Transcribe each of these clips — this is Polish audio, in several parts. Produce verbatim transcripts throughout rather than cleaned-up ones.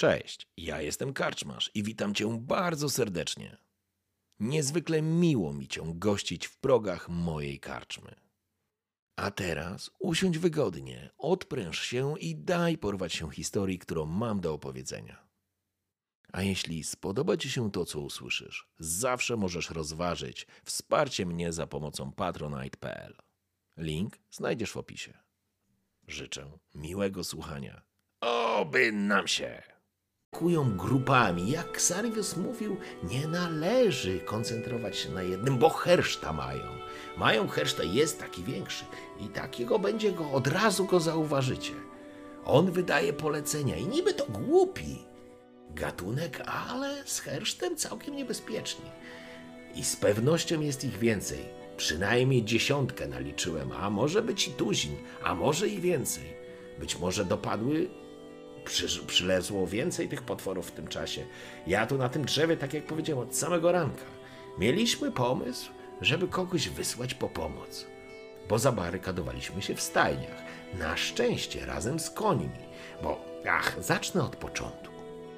Cześć, ja jestem karczmarz i witam cię bardzo serdecznie. Niezwykle miło mi cię gościć w progach mojej karczmy. A teraz usiądź wygodnie, odpręż się i daj porwać się historii, którą mam do opowiedzenia. A jeśli spodoba ci się to, co usłyszysz, zawsze możesz rozważyć wsparcie mnie za pomocą patronite kropka p l. Link znajdziesz w opisie. Życzę miłego słuchania. Oby nam się! Kują grupami. Jak Xarius mówił, nie należy koncentrować się na jednym, bo herszta mają. Mają herszta, jest taki większy i takiego będzie go, od razu go zauważycie. On wydaje polecenia i niby to głupi gatunek, ale z hersztem całkiem niebezpieczni. I z pewnością jest ich więcej. Przynajmniej dziesiątkę naliczyłem, a może być i tuzin, a może i więcej. Być może dopadły Przy, przylezło więcej tych potworów w tym czasie. Ja tu na tym drzewie, tak jak powiedziałem, od samego ranka. Mieliśmy pomysł, żeby kogoś wysłać po pomoc, bo zabarykadowaliśmy się w stajniach. Na szczęście razem z końmi, bo ach, zacznę od początku.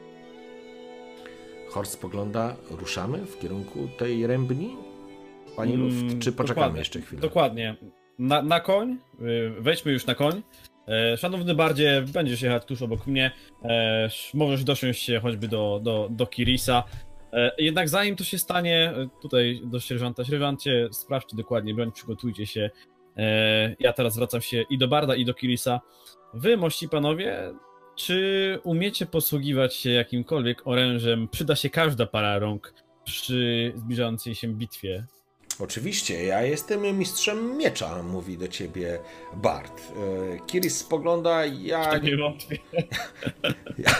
Horst spogląda, ruszamy w kierunku tej rębni? Pani Luft, mm, czy poczekamy dokładnie, jeszcze chwilę? Dokładnie. Na, na koń, wejdźmy już na koń. E, szanowny bardzie, będziesz jechać tuż obok mnie, e, możesz dosiąść się choćby do, do, do Kirisa. E, jednak zanim to się stanie, tutaj do sierżanta, sierżancie, sprawdźcie dokładnie broń, przygotujcie się. E, ja teraz zwracam się i do barda, i do Kirisa. Wy, mości panowie, czy umiecie posługiwać się jakimkolwiek orężem? Przyda się każda para rąk przy zbliżającej się bitwie. Oczywiście, ja jestem mistrzem miecza, mówi do ciebie Bard. Kiris spogląda, ja... Tak nie wątpię. ja...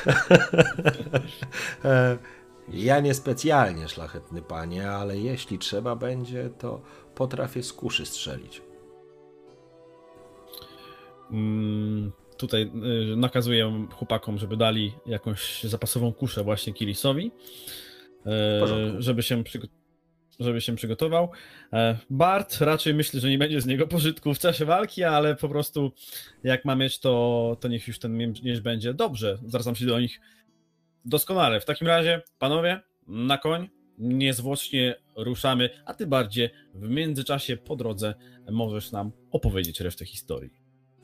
ja niespecjalnie, szlachetny panie, ale jeśli trzeba będzie, to potrafię z kuszy strzelić. Mm, tutaj y, nakazuję chłopakom, żeby dali jakąś zapasową kuszę właśnie Kirisowi, y, żeby się przygotować. żeby się przygotował. Bard raczej myślę, że nie będzie z niego pożytku w czasie walki, ale po prostu jak ma mieć, to, to niech już ten miecz będzie. Dobrze, zwracam się do nich doskonale. W takim razie, panowie, na koń, niezwłocznie ruszamy, a ty bardziej w międzyczasie po drodze możesz nam opowiedzieć resztę historii.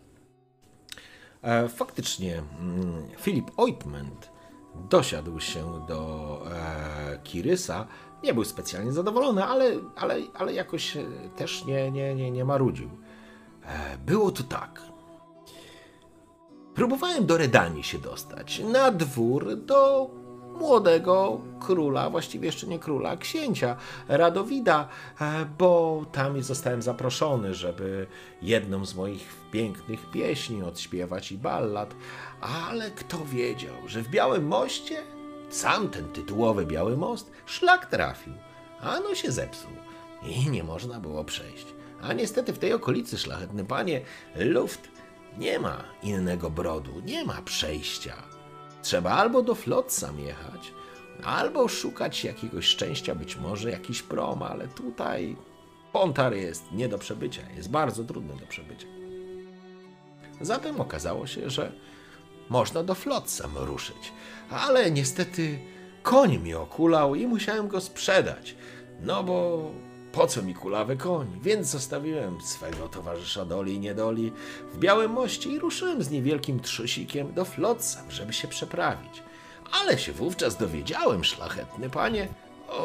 Faktycznie, Filip Ointment dosiadł się do e, Kirysa. Nie był specjalnie zadowolony, ale, ale, ale jakoś też nie, nie, nie, nie marudził. E, było tu tak. Próbowałem do Redanii się dostać, na dwór do młodego króla, właściwie jeszcze nie króla, księcia Radowida, e, bo tam zostałem zaproszony, żeby jedną z moich pięknych pieśni odśpiewać i ballad, ale kto wiedział, że w Białym Moście sam ten tytułowy Biały Most szlak trafił, a no się zepsuł i nie można było przejść. A niestety w tej okolicy, szlachetny panie, Luft nie ma innego brodu, nie ma przejścia. Trzeba albo do Flotsam jechać, albo szukać jakiegoś szczęścia, być może jakiś prom, ale tutaj Pontar jest nie do przebycia, jest bardzo trudny do przebycia. Zatem okazało się, że można do Flotsam ruszyć, ale niestety koń mi okulał i musiałem go sprzedać, no bo po co mi kulawy koń? Więc zostawiłem swego towarzysza doli i niedoli w Białym Moście i ruszyłem z niewielkim trzusikiem do Flotsam, żeby się przeprawić. Ale się wówczas dowiedziałem, szlachetny panie, o...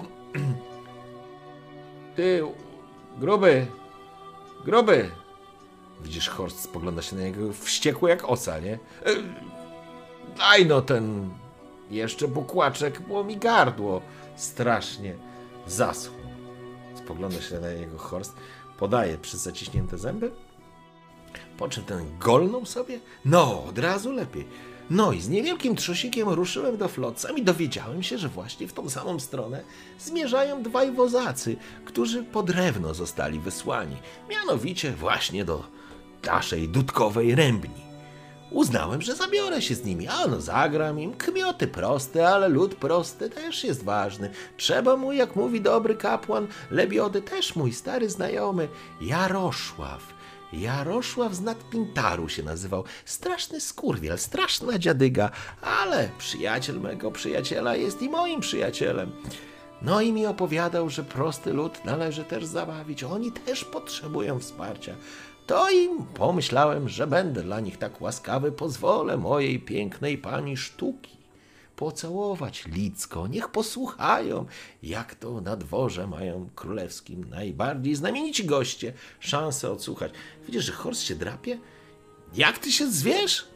Ty, gruby, gruby. Widzisz, Horst spogląda się na niego wściekły jak osa, nie? Daj no ten jeszcze bukłaczek, bo mi gardło strasznie zaschło. Spogląda się na niego Horst, podaje przez zaciśnięte zęby, po czym ten golnął sobie, no od razu lepiej. No i z niewielkim trzusikiem ruszyłem do Flotsam i dowiedziałem się, że właśnie w tą samą stronę zmierzają dwaj wozacy, którzy po drewno zostali wysłani, mianowicie właśnie do naszej dudkowej rębni. Uznałem, że zabiorę się z nimi, a no zagram im, kmioty proste, ale lud prosty też jest ważny. Trzeba mu, jak mówi dobry kapłan Lebiody, też mój stary znajomy Jarosław. Jarosław z Nadpintaru się nazywał. Straszny skurwiel, straszna dziadyga, ale przyjaciel mego przyjaciela jest i moim przyjacielem. No i mi opowiadał, że prosty lud należy też zabawić. Oni też potrzebują wsparcia. To im pomyślałem, że będę dla nich tak łaskawy, pozwolę mojej pięknej pani sztuki pocałować licko. Niech posłuchają, jak to na dworze mają królewskim najbardziej znamienici goście szansę odsłuchać. Widzisz, że Horst się drapie? Jak ty się zwiesz?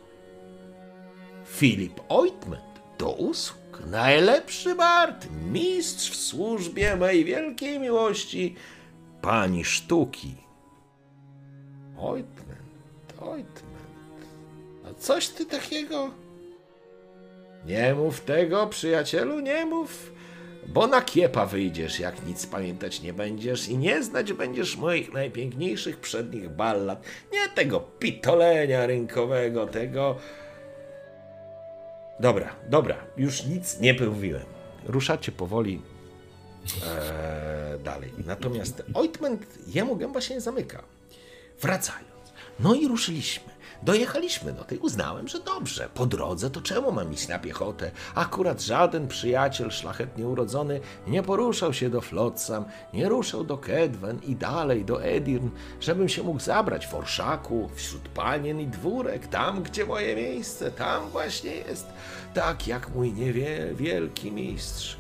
Filip Ointment do usług. Najlepszy bard, mistrz w służbie mej wielkiej miłości, pani sztuki. Ointment, ointment. A coś ty takiego? Nie mów tego, przyjacielu, nie mów, bo na kiepa wyjdziesz, jak nic pamiętać nie będziesz i nie znać będziesz moich najpiękniejszych przednich ballad. Nie tego pitolenia rynkowego, tego... Dobra, dobra, już nic nie mówiłem. Ruszacie powoli ee, dalej. Natomiast ointment jemu gęba się nie zamyka. Wracając. No i ruszyliśmy. Dojechaliśmy do tej. Uznałem, że dobrze. Po drodze to czemu mam iść na piechotę? Akurat żaden przyjaciel szlachetnie urodzony nie poruszał się do Flotsam, nie ruszał do Kedwen i dalej do Edirn, żebym się mógł zabrać w orszaku, wśród panien i dwórek, tam, gdzie moje miejsce, tam właśnie jest. Tak jak mój niewie wielki mistrz.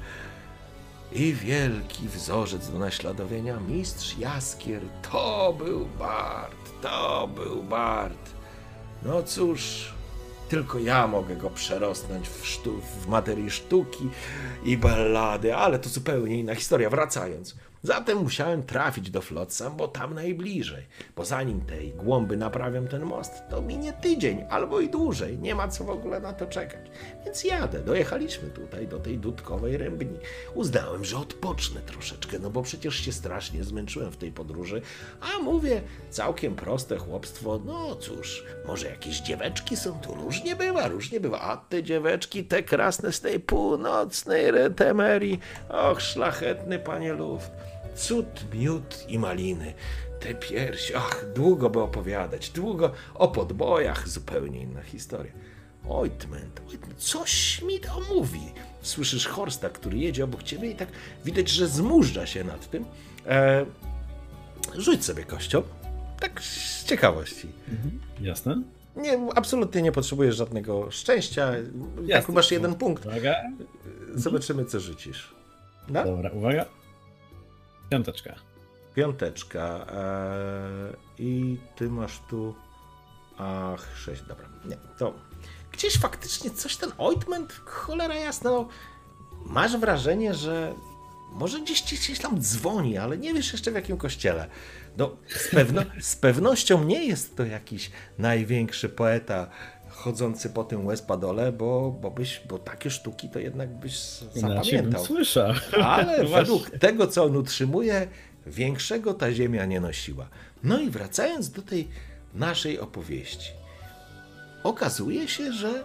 I wielki wzorzec do naśladowania, mistrz Jaskier, to był bard, to był bard. No cóż, tylko ja mogę go przerosnąć w, sztu- w materii sztuki i ballady, ale to zupełnie inna historia. Wracając, zatem musiałem trafić do Flotsam, bo tam najbliżej, bo zanim tej głąby naprawiam ten most, to minie tydzień albo i dłużej, nie ma co w ogóle na to czekać. Więc jadę, dojechaliśmy tutaj do tej dudkowej rębni. Uznałem, że odpocznę troszeczkę, no bo przecież się strasznie zmęczyłem w tej podróży, a mówię, całkiem proste chłopstwo, no cóż, może jakieś dzieweczki są tu, różnie bywa, różnie bywa, a te dzieweczki, te krasne z tej północnej Temerii, och, szlachetny panie Luft. Cud, miód i maliny, te piersi, ach, długo by opowiadać, długo o podbojach, zupełnie inna historia. Ointment, ointment, coś mi to mówi. Słyszysz Horsta, który jedzie obok ciebie i tak widać, że zmurza się nad tym. E, rzuć sobie kością, tak z ciekawości. Mhm, jasne. Nie, absolutnie nie potrzebujesz żadnego szczęścia, jak masz jeden punkt. Uwaga. Zobaczymy, co rzucisz. No? Dobra, uwaga. Piąteczka. Piąteczka. Eee, I ty masz tu... Ach, sześć, dobra. Nie, to... Gdzieś faktycznie coś ten ointment, cholera jasna, no, masz wrażenie, że może gdzieś ci gdzieś tam dzwoni, ale nie wiesz jeszcze w jakim kościele. No, z, pewno, z pewnością nie jest to jakiś największy poeta chodzący po tym łez-padole, bo, bo, byś, bo takie sztuki to jednak byś zapamiętał. Słyszał. Ale według tego, co on utrzymuje, większego ta ziemia nie nosiła. No i wracając do tej naszej opowieści. Okazuje się, że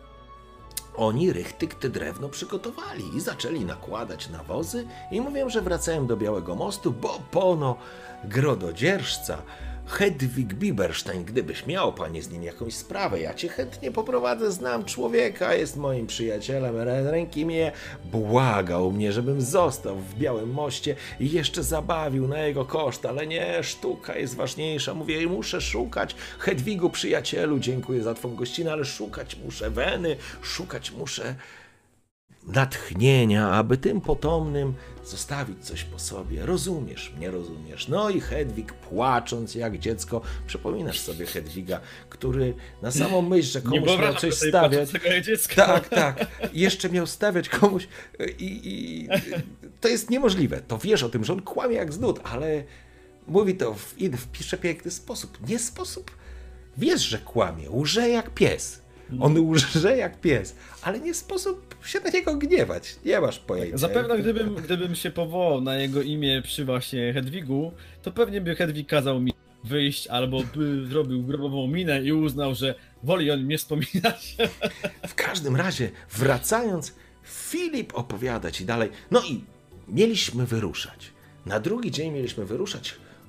oni rychtyk te drewno przygotowali i zaczęli nakładać na wozy i mówią, że wracają do Białego Mostu, bo pono grododzierżca Hedwig Biberstein, gdybyś miał, panie, z nim jakąś sprawę, ja cię chętnie poprowadzę, znam człowieka, jest moim przyjacielem, ręki mnie, błagał mnie, żebym został w Białym Moście i jeszcze zabawił na jego koszt, ale nie, sztuka jest ważniejsza, mówię, muszę szukać, Hedwigu, przyjacielu, dziękuję za twą gościnę, ale szukać muszę weny, szukać muszę natchnienia, aby tym potomnym zostawić coś po sobie. Rozumiesz mnie, rozumiesz. No i Hedwig, płacząc jak dziecko, przypominasz sobie Hedwiga, który na samą myśl, że komuś miał coś stawiać. Tak, tak. Jeszcze miał stawiać komuś i, i to jest niemożliwe. To wiesz o tym, że on kłamie jak z nut, ale mówi to w, w przepiękny sposób. Nie sposób, wiesz, że kłamie, łże jak pies. On łże jak pies, ale nie sposób się na niego gniewać. Nie masz pojęcia. Zapewne gdybym, gdybym się powołał na jego imię przy właśnie Hedwigu, to pewnie by Hedwig kazał mi wyjść albo by zrobił grobową minę i uznał, że woli on mnie wspominać. W każdym razie, wracając, Filip opowiada ci dalej. No i mieliśmy wyruszać. Na drugi dzień mieliśmy wyruszać.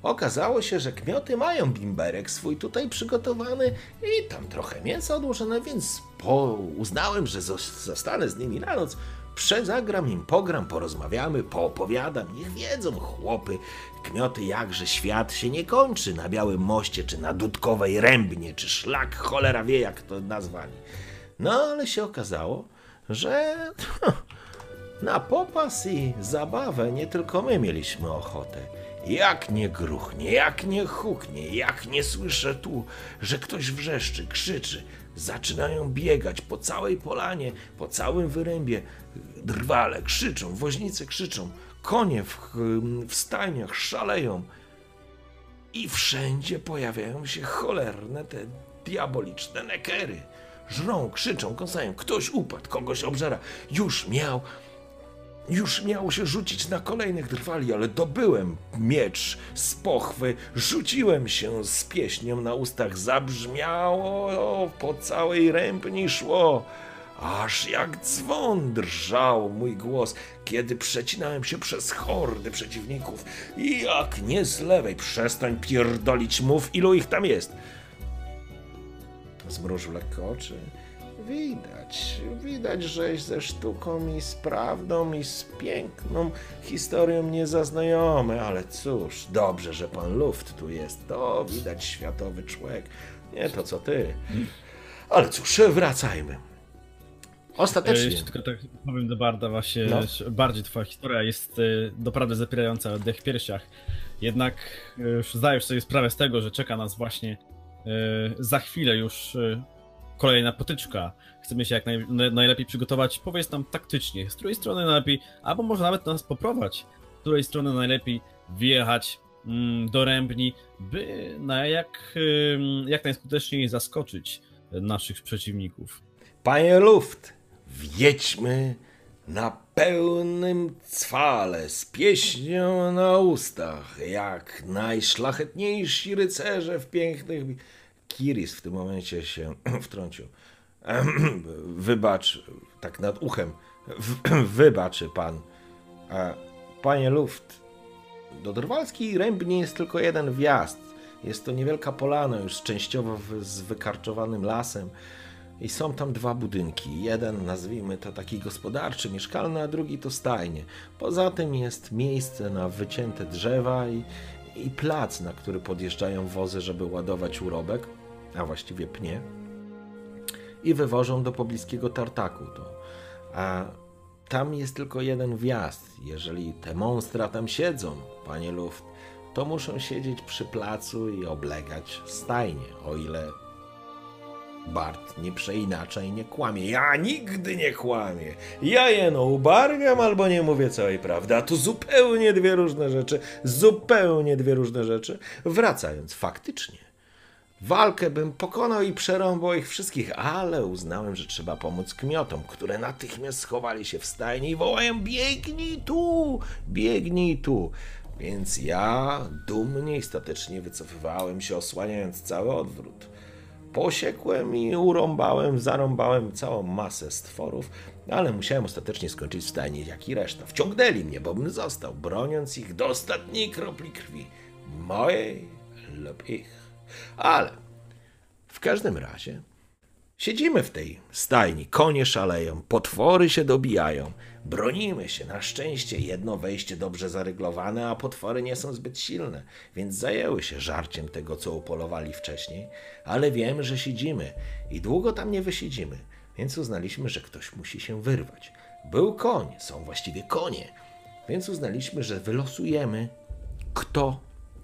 Okazało się, że kmioty mają bimberek swój tutaj przygotowany i tam trochę mięsa odłożone, więc po... uznałem, że zostanę z nimi na noc. Przezagram im, pogram, porozmawiamy, poopowiadam. Niech wiedzą chłopy, kmioty, jakże świat się nie kończy na Białym Moście, czy na Dudkowej Rębnie, czy szlak cholera wie, jak to nazwali. No, ale się okazało, że na popas i zabawę nie tylko my mieliśmy ochotę. Jak nie gruchnie, jak nie huknie, jak nie słyszę tu, że ktoś wrzeszczy, krzyczy. Zaczynają biegać po całej polanie, po całym wyrębie. Drwale krzyczą, woźnice krzyczą, konie w, w stajniach szaleją. I wszędzie pojawiają się cholerne te diaboliczne nekery. Żrą, krzyczą, kąsają, ktoś upadł, kogoś obżera. Już miał... Już miało się rzucić na kolejnych drwali, ale dobyłem miecz z pochwy, rzuciłem się z pieśnią na ustach, zabrzmiało, po całej Rębni szło, aż jak dzwon drżał mój głos, kiedy przecinałem się przez hordy przeciwników. I jak nie z lewej, przestań pierdolić, mów, ilu ich tam jest. Zmrużył lekko oczy. Widać, widać, żeś ze sztuką i z prawdą i z piękną historią nie zaznajomy, ale cóż, dobrze, że pan Luft tu jest, to widać światowy człowiek, nie to co ty. Ale cóż, wracajmy. Ostatecznie. Jeszcze tylko tak powiem do Barda właśnie, no. Bardziej twoja historia jest doprawdy zapierająca oddech w piersiach, jednak już zdajesz sobie sprawę z tego, że czeka nas właśnie za chwilę już kolejna potyczka. Chcemy się jak naj, najlepiej przygotować. Powiedz nam taktycznie, z której strony najlepiej, albo może nawet nas poprowadź, z której strony najlepiej wjechać mm, do Rębni, by na jak, jak najskuteczniej zaskoczyć naszych przeciwników. Panie Luft, wjedźmy na pełnym cwale, z pieśnią na ustach, jak najszlachetniejsi rycerze w pięknych... Kiris w tym momencie się wtrącił. Wybacz, tak nad uchem, wybaczy pan. Panie Luft, do Drwalskiej Rębni jest tylko jeden wjazd. Jest to niewielka polana, już częściowo z wykarczowanym lasem. I są tam dwa budynki. Jeden, nazwijmy to taki gospodarczy, mieszkalny, a drugi to stajnie. Poza tym jest miejsce na wycięte drzewa i, i plac, na który podjeżdżają wozy, żeby ładować urobek, a właściwie pnie, i wywożą do pobliskiego tartaku. To. A tam jest tylko jeden wjazd. Jeżeli te monstra tam siedzą, panie Luft, to muszą siedzieć przy placu i oblegać stajnie, o ile Bart nie przeinacza i nie kłamie. Ja nigdy nie kłamię. Ja jeno ubarwiam albo nie mówię całej prawdy, a to zupełnie dwie różne rzeczy, zupełnie dwie różne rzeczy. Wracając, faktycznie, walkę bym pokonał i przerąbał ich wszystkich, ale uznałem, że trzeba pomóc kmiotom, które natychmiast schowali się w stajni i wołają: biegnij tu, biegnij tu. Więc ja dumnie i statecznie wycofywałem się, osłaniając cały odwrót. Posiekłem i urąbałem, zarąbałem całą masę stworów, ale musiałem ostatecznie skończyć w stajni, jak i reszta. Wciągnęli mnie, bo bym został, broniąc ich do ostatniej kropli krwi. Mojej lub ich. Ale w każdym razie siedzimy w tej stajni, konie szaleją, potwory się dobijają, bronimy się. Na szczęście jedno wejście dobrze zaryglowane, a potwory nie są zbyt silne, więc zajęły się żarciem tego, co upolowali wcześniej, ale wiemy, że siedzimy i długo tam nie wysiedzimy, więc uznaliśmy, że ktoś musi się wyrwać. Był koń, są właściwie konie, więc uznaliśmy, że wylosujemy, kto,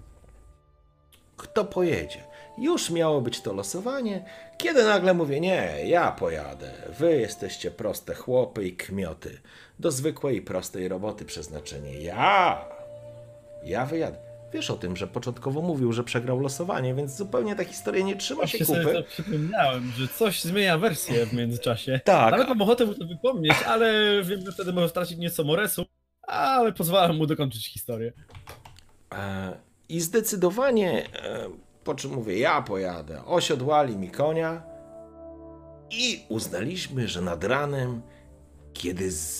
kto pojedzie. Już miało być to losowanie, kiedy nagle mówię: nie, ja pojadę. Wy jesteście proste chłopy i kmioty. Do zwykłej i prostej roboty przeznaczenie. Ja! Ja wyjadę. Wiesz o tym, że początkowo mówił, że przegrał losowanie, więc zupełnie ta historia nie trzyma się kupy. Sobie to przypomniałem, że coś zmienia wersję w międzyczasie. Tak. Nawet mam ochotę mu to wypomnieć, ale wiem, że wtedy może stracić nieco moresu, ale pozwalam mu dokończyć historię. E, I zdecydowanie... E, Po czym mówię: ja pojadę. Osiodłali mi konia i uznaliśmy, że nad ranem, kiedy z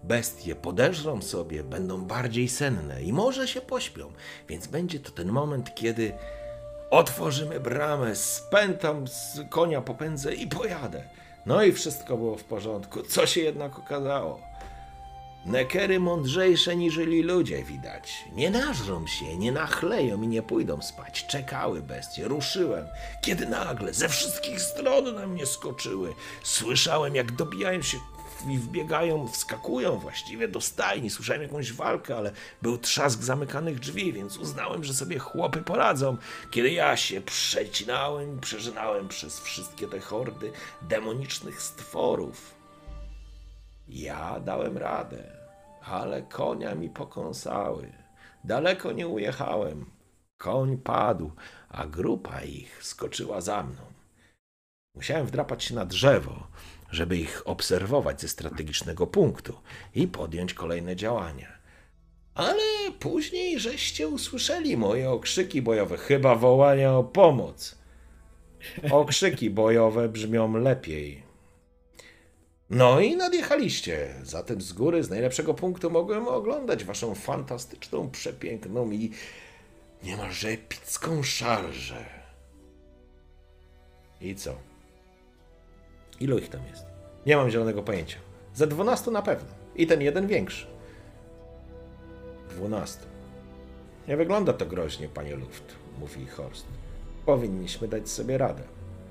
bestie podeżrą sobie, będą bardziej senne i może się pośpią, więc będzie to ten moment, kiedy otworzymy bramę, spętam z konia, popędzę i pojadę. No i wszystko było w porządku. Co się jednak okazało? Nekery mądrzejsze niżeli ludzie, widać. Nie nażrą się, nie nachleją i nie pójdą spać. Czekały bestie, ruszyłem, kiedy nagle ze wszystkich stron na mnie skoczyły. Słyszałem, jak dobijają się i wbiegają, wskakują właściwie do stajni. Słyszałem jakąś walkę, ale był trzask zamykanych drzwi, więc uznałem, że sobie chłopy poradzą. Kiedy ja się przecinałem i przeżynałem przez wszystkie te hordy demonicznych stworów. Ja dałem radę, ale konia mi pokąsały. Daleko nie ujechałem. Koń padł, a grupa ich skoczyła za mną. Musiałem wdrapać się na drzewo, żeby ich obserwować ze strategicznego punktu i podjąć kolejne działania. Ale później żeście usłyszeli moje okrzyki bojowe, chyba wołania o pomoc. Okrzyki bojowe brzmią lepiej. No i nadjechaliście. Zatem z góry, z najlepszego punktu mogłem oglądać waszą fantastyczną, przepiękną i niemalże epicką szarżę. I co? Ilu ich tam jest? Nie mam zielonego pojęcia. Ze dwunastu na pewno. I ten jeden większy. Dwunastu. Nie wygląda to groźnie, panie Luft, mówi Horst. Powinniśmy dać sobie radę.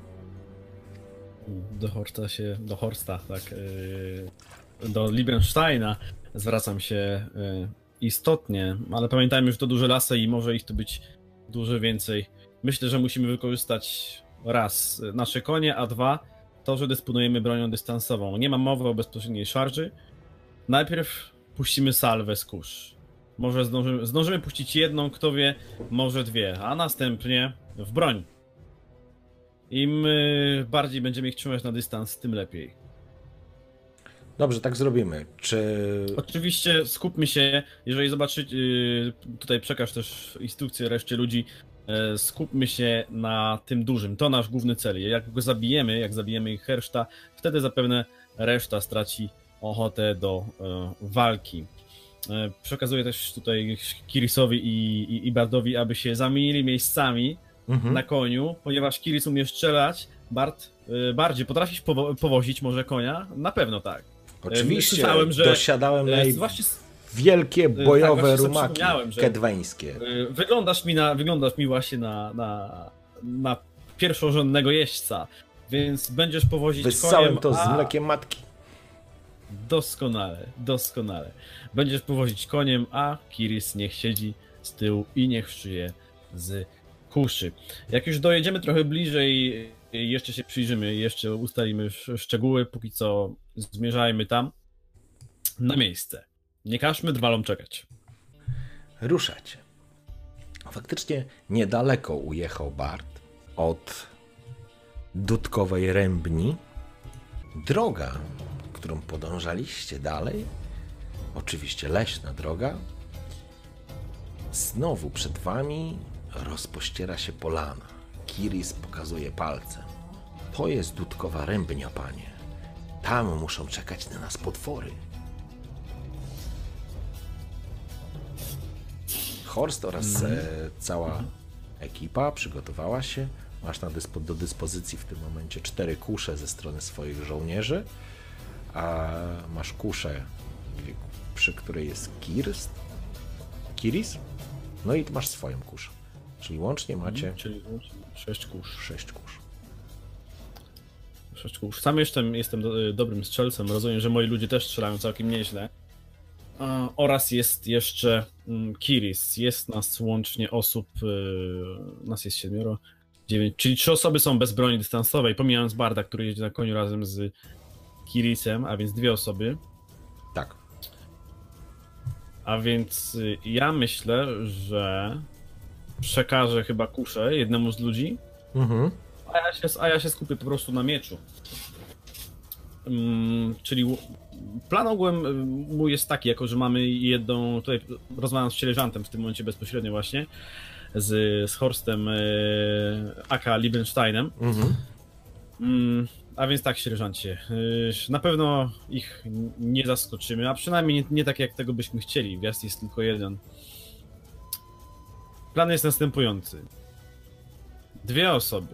Do Horsta się, do Horsta, tak, yy, do Liebensteina zwracam się yy, istotnie, ale pamiętajmy, że to duże lasy i może ich tu być dużo więcej. Myślę, że musimy wykorzystać raz nasze konie, a dwa to, że dysponujemy bronią dystansową. Nie ma mowy o bezpośredniej szarży. Najpierw puścimy salwę z kusz. Może zdążymy, zdążymy puścić jedną, kto wie, może dwie, a następnie w broń. Im bardziej będziemy ich trzymać na dystans, tym lepiej. Dobrze, tak zrobimy. Czy... Oczywiście skupmy się, jeżeli zobaczycie, tutaj przekaż też instrukcję reszcie ludzi, skupmy się na tym dużym, to nasz główny cel. Jak go zabijemy, jak zabijemy ich Herszta, wtedy zapewne reszta straci ochotę do walki. Przekazuję też tutaj Kirisowi i, i, i Bardowi, aby się zamienili miejscami mhm. na koniu, ponieważ Kiris umie strzelać, Bart y, bardziej potrafisz powo powozić może konia? Na pewno tak. Oczywiście, Słyszałem, że dosiadałem na y, wielkie bojowe tak, rumaki kedweńskie. Y, wyglądasz mi, na, wyglądasz mi właśnie na, na, na pierwszorzędnego jeźdźca, więc będziesz powozić Wyssałem koniem, to z a... mlekiem matki. Doskonale, doskonale. Będziesz powozić koniem, a Kiris niech siedzi z tyłu i niech szyje z kuszy. Jak już dojedziemy trochę bliżej, jeszcze się przyjrzymy, jeszcze ustalimy szczegóły, póki co zmierzajmy tam na miejsce. Nie każmy drwalom czekać. Ruszać. Faktycznie niedaleko ujechał Bart od Dudkowej Rębni. Droga, którą podążaliście dalej, oczywiście leśna droga, znowu przed wami rozpościera się polana. Kiris pokazuje palcem. To jest Dudkowa Rębnia, panie. Tam muszą czekać na nas potwory. Horst oraz mm. e, cała ekipa przygotowała się. Masz na dyspo, do dyspozycji w tym momencie cztery kusze ze strony swoich żołnierzy, a masz kuszę, przy której jest Kiris. Kiris? No i masz swoją kuszę. Czyli łącznie macie... Czyli sześć kusz. Sześć kusz. Sześć kusz. Sam jestem, jestem do, dobrym strzelcem. Rozumiem, że moi ludzie też strzelają całkiem nieźle. A, oraz jest jeszcze um, Kiris. Jest nas łącznie osób... Yy, nas jest siedmioro. Dziewięć. Czyli trzy osoby są bez broni dystansowej, pomijając Barda, który jeździ na koniu razem z Kirisem, a więc dwie osoby. Tak. A więc y, ja myślę, że przekażę chyba kuszę jednemu z ludzi, mhm. a, ja się, a ja się skupię po prostu na mieczu. Um, czyli plan ogółem mój jest taki, jako że mamy jedną, tutaj rozmawiam z sierżantem w tym momencie bezpośrednio właśnie, z, z Horstem, e, aka Liebensteinem. Mhm. Um, a więc tak, sierżancie, na pewno ich nie zaskoczymy, a przynajmniej nie, nie tak jak tego byśmy chcieli, wjazd jest tylko jeden. Plan jest następujący. Dwie osoby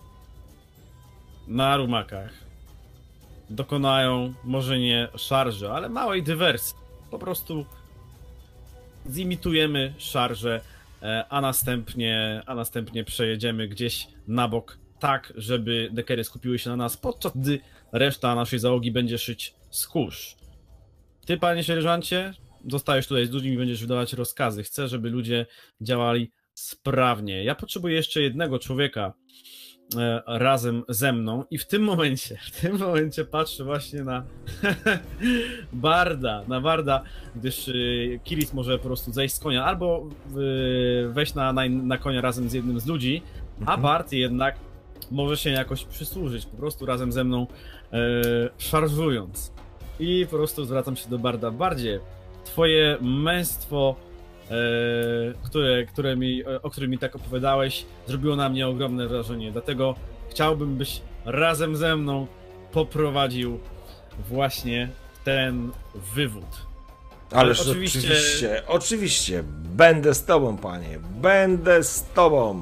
na rumakach dokonają, może nie szarży, ale małej dywersji. Po prostu zimitujemy szarżę, a następnie, a następnie przejedziemy gdzieś na bok, tak żeby dekery skupiły się na nas, podczas gdy reszta naszej załogi będzie szyć z kurz. Ty, panie sierżancie, zostajesz tutaj z ludźmi i będziesz wydawać rozkazy. Chcę, żeby ludzie działali sprawnie. Ja potrzebuję jeszcze jednego człowieka e, razem ze mną i w tym momencie, w tym momencie patrzę właśnie na Barda, na Barda, gdyż y, Kiris może po prostu zejść z konia albo y, wejść na, na, na konia razem z jednym z ludzi, a Bard jednak może się jakoś przysłużyć, po prostu razem ze mną e, szarżując. I po prostu zwracam się do Barda. Bardzie, twoje męstwo, e, które, które mi, o którym mi tak opowiadałeś, zrobiło na mnie ogromne wrażenie. Dlatego chciałbym, byś razem ze mną poprowadził właśnie ten wywód. Ależ oczywiście... oczywiście, oczywiście, będę z tobą, panie, będę z tobą,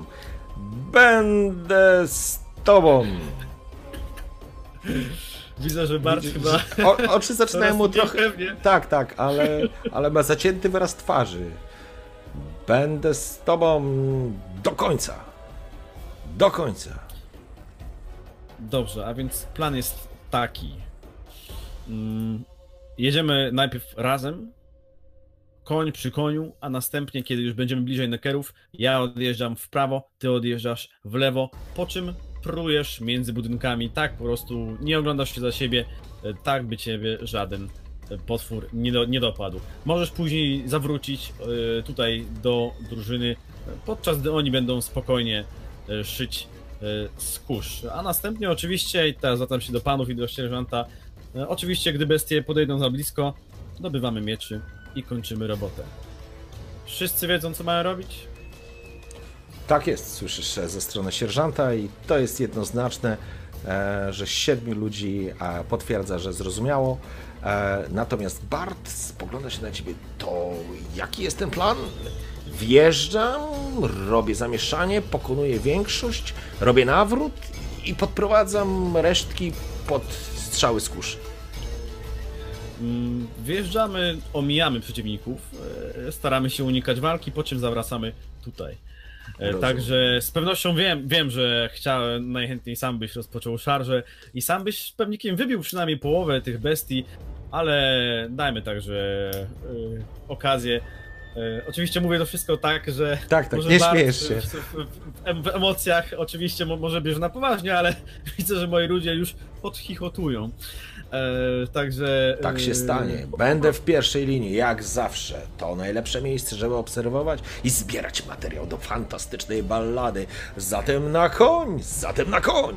będę z tobą. Widzę, że Bart chyba... O, oczy zaczynają mu trochę... Pewnie. Tak, tak, ale, ale ma zacięty wyraz twarzy. Będę z tobą do końca. Do końca. Dobrze, a więc plan jest taki. Mm, jedziemy najpierw razem, koń przy koniu, a następnie, kiedy już będziemy bliżej nekerów, ja odjeżdżam w prawo, ty odjeżdżasz w lewo, po czym prujesz między budynkami, tak po prostu nie oglądasz się za siebie, tak by ciebie żaden potwór nie, do, nie dopadł. Możesz później zawrócić y, tutaj do drużyny, podczas gdy oni będą spokojnie y, szyć y, z kurz. A następnie oczywiście, i teraz zwracam się do panów i do sierżanta, y, oczywiście gdy bestie podejdą za blisko, dobywamy mieczy i kończymy robotę. Wszyscy wiedzą, co mają robić? Tak jest, słyszysz ze strony sierżanta i to jest jednoznaczne, że siedmiu ludzi potwierdza, że zrozumiało. Natomiast Bart spogląda się na ciebie, to jaki jest ten plan? Wjeżdżam, robię zamieszanie, pokonuję większość, robię nawrót i podprowadzam resztki pod strzały z kuszy. Wjeżdżamy, omijamy przeciwników, staramy się unikać walki, po czym zawracamy tutaj. Rozumiem. Także z pewnością wiem, wiem, że chciałem, najchętniej sam byś rozpoczął szarżę i sam byś pewnikiem wybił przynajmniej połowę tych bestii, ale dajmy także yy, okazję. Yy, oczywiście mówię to wszystko tak, że... Tak, tak, nie śmiejesz się. W, w, w, w emocjach oczywiście może bierz na poważnie, ale widzę, że moi ludzie już podchichotują. E, także... Tak się stanie. Będę w pierwszej linii, jak zawsze. To najlepsze miejsce, żeby obserwować i zbierać materiał do fantastycznej ballady. Zatem na koń! Zatem na koń!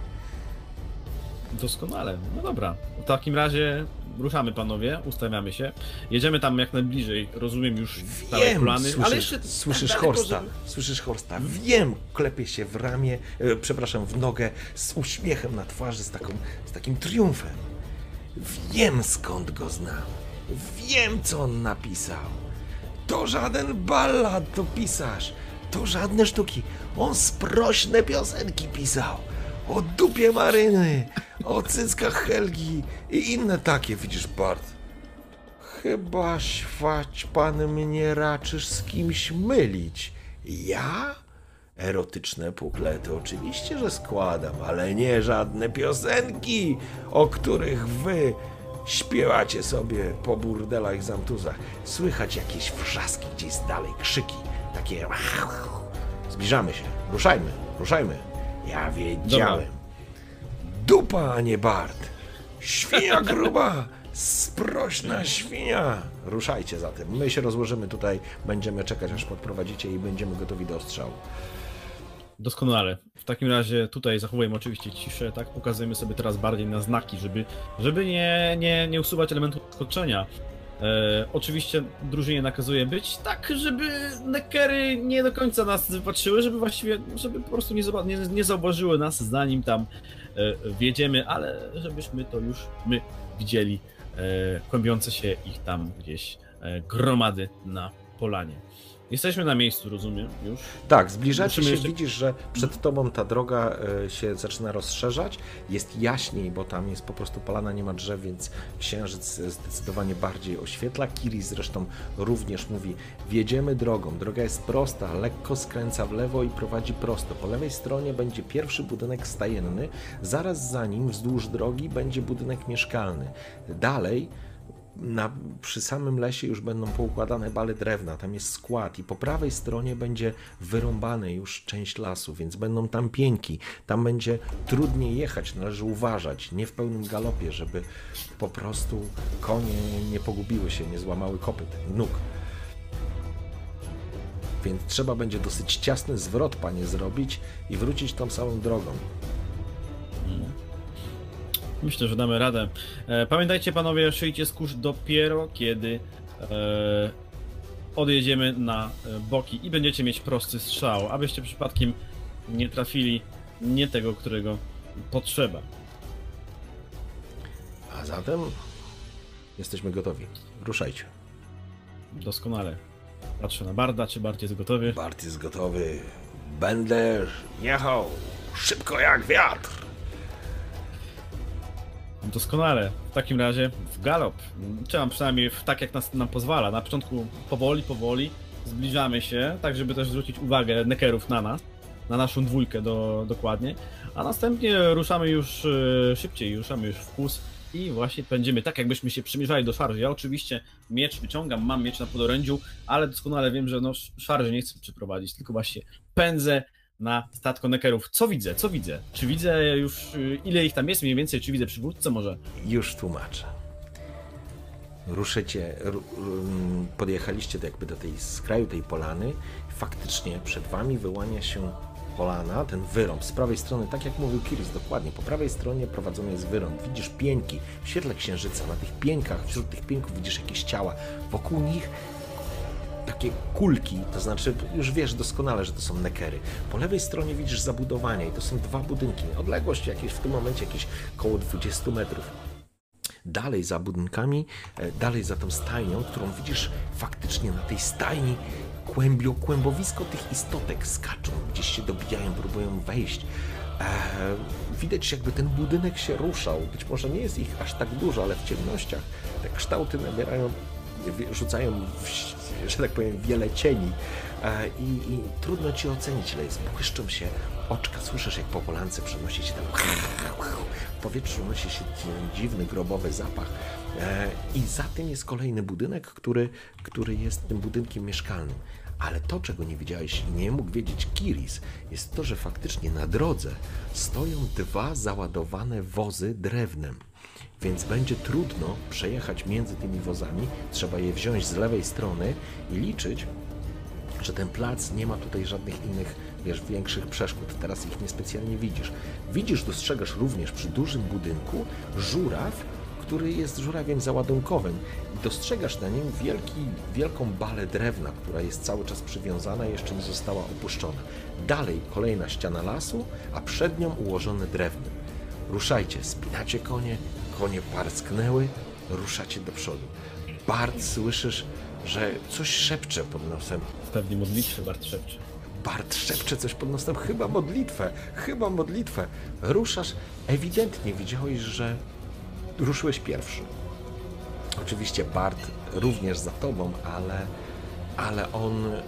Doskonale. No dobra. W takim razie ruszamy, panowie, ustawiamy się. Jedziemy tam jak najbliżej. Rozumiem już całe plany. Słyszysz, ale jeszcze słyszysz tak Horsta, daleko, żeby... słyszysz Horsta. Wiem, klepie się w ramię, e, przepraszam, w nogę, z uśmiechem na twarzy, z, taką, z takim triumfem. Wiem, skąd go znam. Wiem, co on napisał. To żaden ballad to pisarz. To żadne sztuki. On sprośne piosenki pisał. O dupie Maryny, o cyckach Helgi i inne takie, widzisz, Bart. Chyba, świać pan, mnie raczysz z kimś mylić. Ja? Erotyczne puklety oczywiście, że składam, ale nie żadne piosenki, o których wy śpiewacie sobie po burdelach i zamtuzach. Słychać jakieś wrzaski gdzieś z dalej, krzyki, takie... Zbliżamy się, ruszajmy, ruszajmy. Ja wiedziałem. Dobra. Dupa, a nie Bart. Świnia gruba, sprośna świnia. Ruszajcie zatem. My się rozłożymy tutaj, będziemy czekać, aż podprowadzicie i będziemy gotowi do ostrzału. Doskonale. W takim razie tutaj zachowujemy oczywiście ciszę, tak? Pokazujemy sobie teraz bardziej na znaki, żeby, żeby nie, nie, nie usuwać elementu zaskoczenia. E, oczywiście drużynie nakazuje być tak, żeby nekery nie do końca nas wypatrzyły, żeby właściwie, żeby po prostu nie, nie, nie zauważyły nas, zanim tam e, wjedziemy, ale żebyśmy to już my widzieli, e, kłębiące się ich tam gdzieś e, gromady na polanie. Jesteśmy na miejscu, rozumiem, już? Tak, zbliżacie się, jeszcze... widzisz, że przed tobą ta droga się zaczyna rozszerzać, jest jaśniej, bo tam jest po prostu polana, nie ma drzew, więc księżyc zdecydowanie bardziej oświetla. Kiri zresztą również mówi, wjedziemy drogą, droga jest prosta, lekko skręca w lewo i prowadzi prosto. Po lewej stronie będzie pierwszy budynek stajenny, zaraz za nim wzdłuż drogi będzie budynek mieszkalny. Dalej Na, przy samym lesie już będą poukładane bale drewna, tam jest skład i po prawej stronie będzie wyrąbane już część lasu, więc będą tam pieńki, tam będzie trudniej jechać, należy uważać, nie w pełnym galopie, żeby po prostu konie nie pogubiły się, nie złamały kopyt, nóg. Więc trzeba będzie dosyć ciasny zwrot, panie, zrobić i wrócić tą samą drogą. Hmm. Myślę, że damy radę. E, pamiętajcie, panowie, szyjcie z kurz dopiero kiedy e, odjedziemy na boki i będziecie mieć prosty strzał, abyście przypadkiem nie trafili nie tego, którego potrzeba. A zatem jesteśmy gotowi. Ruszajcie. Doskonale. Patrzę na Barda, czy Bard jest gotowy? Bard jest gotowy. Będę jechał szybko jak wiatr. Doskonale. W takim razie w galop. Trzeba przynajmniej tak, jak nas nam pozwala. Na początku powoli, powoli zbliżamy się, tak żeby też zwrócić uwagę nekerów na nas, na naszą dwójkę do, dokładnie, a następnie ruszamy już e, szybciej, ruszamy już w kurs i właśnie pędzimy tak, jakbyśmy się przymierzali do szarży. Ja oczywiście miecz wyciągam, mam miecz na podorędziu, ale doskonale wiem, że no, szarży nie chcę przeprowadzić, tylko właśnie pędzę na statko nekerów. Co widzę? Co widzę? Czy widzę już, ile ich tam jest mniej więcej? Czy widzę przywódcę może? Już tłumaczę. Ruszycie, podjechaliście jakby do tej skraju tej polany. Faktycznie przed wami wyłania się polana, ten wyrąb. Z prawej strony, tak jak mówił Kiris, dokładnie, po prawej stronie prowadzony jest wyrąb. Widzisz pieńki w świetle księżyca. Na tych pieńkach, wśród tych pieńków widzisz jakieś ciała. Wokół nich takie kulki, to znaczy już wiesz doskonale, że to są nekery. Po lewej stronie widzisz zabudowania i to są dwa budynki. Odległość jakieś w tym momencie jakieś około dwudziestu metrów. Dalej za budynkami, dalej za tą stajnią, którą widzisz faktycznie na tej stajni kłębio, kłębowisko tych istotek skaczą, gdzieś się dobijają, próbują wejść. Eee, widać, jakby ten budynek się ruszał. Być może nie jest ich aż tak dużo, ale w ciemnościach te kształty nabierają, rzucają, w, że tak powiem, wiele cieni. Eee, i, I trudno ci ocenić, ile jest. Błyszczą się oczka, słyszysz, jak po polance przenosi się tam w powietrzu, unosi się dziwny, grobowy zapach. I za tym jest kolejny budynek, który, który jest tym budynkiem mieszkalnym. Ale to, czego nie wiedziałeś i nie mógł wiedzieć Kiris, jest to, że faktycznie na drodze stoją dwa załadowane wozy drewnem. Więc będzie trudno przejechać między tymi wozami. Trzeba je wziąć z lewej strony i liczyć, że ten plac nie ma tutaj żadnych innych, wiesz, większych przeszkód. Teraz ich niespecjalnie widzisz. Widzisz, dostrzegasz również przy dużym budynku żuraw, który jest żurawiem załadunkowym i dostrzegasz na nim wielki, wielką balę drewna, która jest cały czas przywiązana i jeszcze nie została opuszczona. Dalej kolejna ściana lasu, a przed nią ułożone drewno. Ruszajcie, spinacie konie, konie parsknęły, ruszacie do przodu. Bard, słyszysz, że coś szepcze pod nosem. Pewnie modlitwę Bard szepcze. Bard szepcze coś pod nosem, chyba modlitwę, chyba modlitwę. Ruszasz, ewidentnie widziałeś, że ruszyłeś pierwszy. Oczywiście Bard również za tobą, ale, ale on, yy,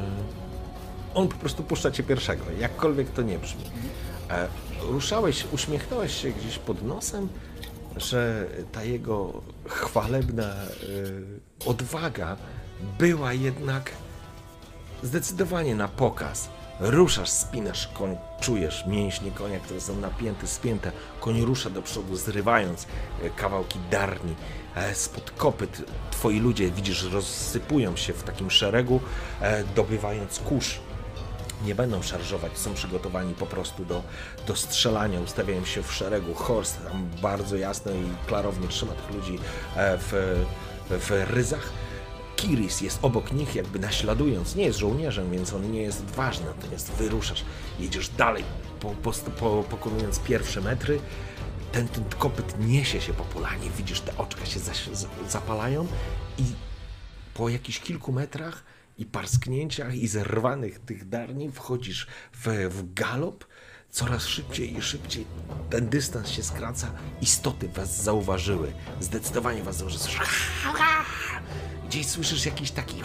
on po prostu puszcza cię pierwszego, jakkolwiek to nie brzmi. E, ruszałeś, uśmiechnąłeś się gdzieś pod nosem, że ta jego chwalebna yy, odwaga była jednak zdecydowanie na pokaz. Ruszasz, spinasz koń, czujesz mięśnie konia, które są napięte, spięte. Koń rusza do przodu, zrywając kawałki darni. Spod kopyt twoi ludzie, widzisz, rozsypują się w takim szeregu, dobywając kurz. Nie będą szarżować, są przygotowani po prostu do, do strzelania, ustawiają się w szeregu. Horst tam bardzo jasno i klarownie trzyma tych ludzi w, w ryzach. Kiris jest obok nich, jakby naśladując, nie jest żołnierzem, więc on nie jest ważny, natomiast wyruszasz, jedziesz dalej, po, po, po, pokonując pierwsze metry. Ten, ten kopyt niesie się po polanie, widzisz, te oczka się zaś, zapalają i po jakichś kilku metrach i parsknięciach i zerwanych tych darni wchodzisz w, w galop, coraz szybciej i szybciej ten dystans się skraca, istoty was zauważyły, zdecydowanie was zauważyły. Gdzieś słyszysz jakiś taki...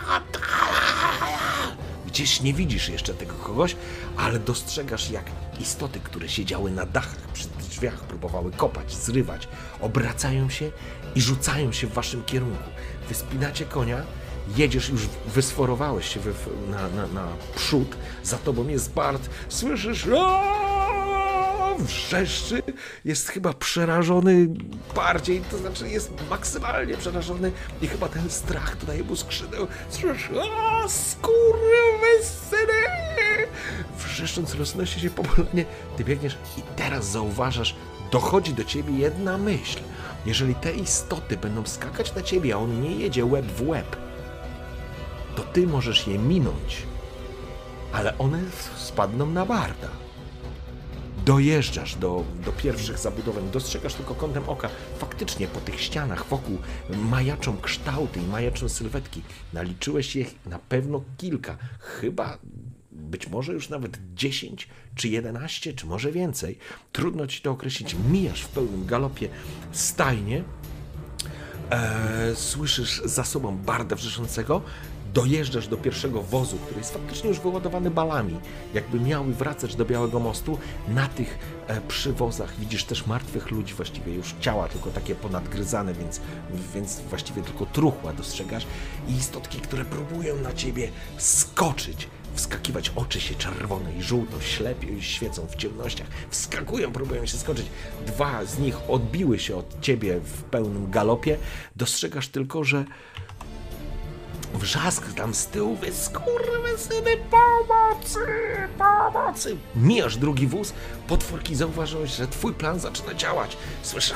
Gdzieś nie widzisz jeszcze tego kogoś, ale dostrzegasz, jak istoty, które siedziały na dachach, przy drzwiach, próbowały kopać, zrywać, obracają się i rzucają się w waszym kierunku. Wy spinacie konia, jedziesz, już wysforowałeś się na, na, na przód, za tobą jest Bart, słyszysz, wrzeszczy, jest chyba przerażony bardziej, to znaczy jest maksymalnie przerażony i chyba ten strach dodaje mu skrzydeł. Słyszysz, o, skurwysyny! Wrzeszcząc roznosi się po polanie, ty biegniesz i teraz zauważasz, dochodzi do ciebie jedna myśl. Jeżeli te istoty będą skakać na ciebie, a on nie jedzie łeb w łeb, to ty możesz je minąć, ale one spadną na Barda. Dojeżdżasz do, do pierwszych zabudowań, dostrzegasz tylko kątem oka, faktycznie po tych ścianach wokół majaczą kształty i majaczą sylwetki. Naliczyłeś ich na pewno kilka, chyba być może już nawet dziesięć, czy jedenaście, czy może więcej. Trudno ci to określić. Mijasz w pełnym galopie stajnię, eee, słyszysz za sobą Barda wrzeszącego, dojeżdżasz do pierwszego wozu, który jest faktycznie już wyładowany balami, jakby miały wracać do Białego Mostu. Na tych e, przywozach widzisz też martwych ludzi, właściwie już ciała, tylko takie ponadgryzane, więc, więc właściwie tylko truchła dostrzegasz i istotki, które próbują na ciebie skoczyć, wskakiwać, oczy się czerwone i żółto ślepią, świecą w ciemnościach, wskakują, próbują się skoczyć. Dwa z nich odbiły się od ciebie w pełnym galopie. Dostrzegasz tylko, że wrzask tam z tyłu, wy skurwysyny, pomocy, pomocy. Mijasz drugi wóz, potworki zauważyłeś, że twój plan zaczyna działać. Słyszysz,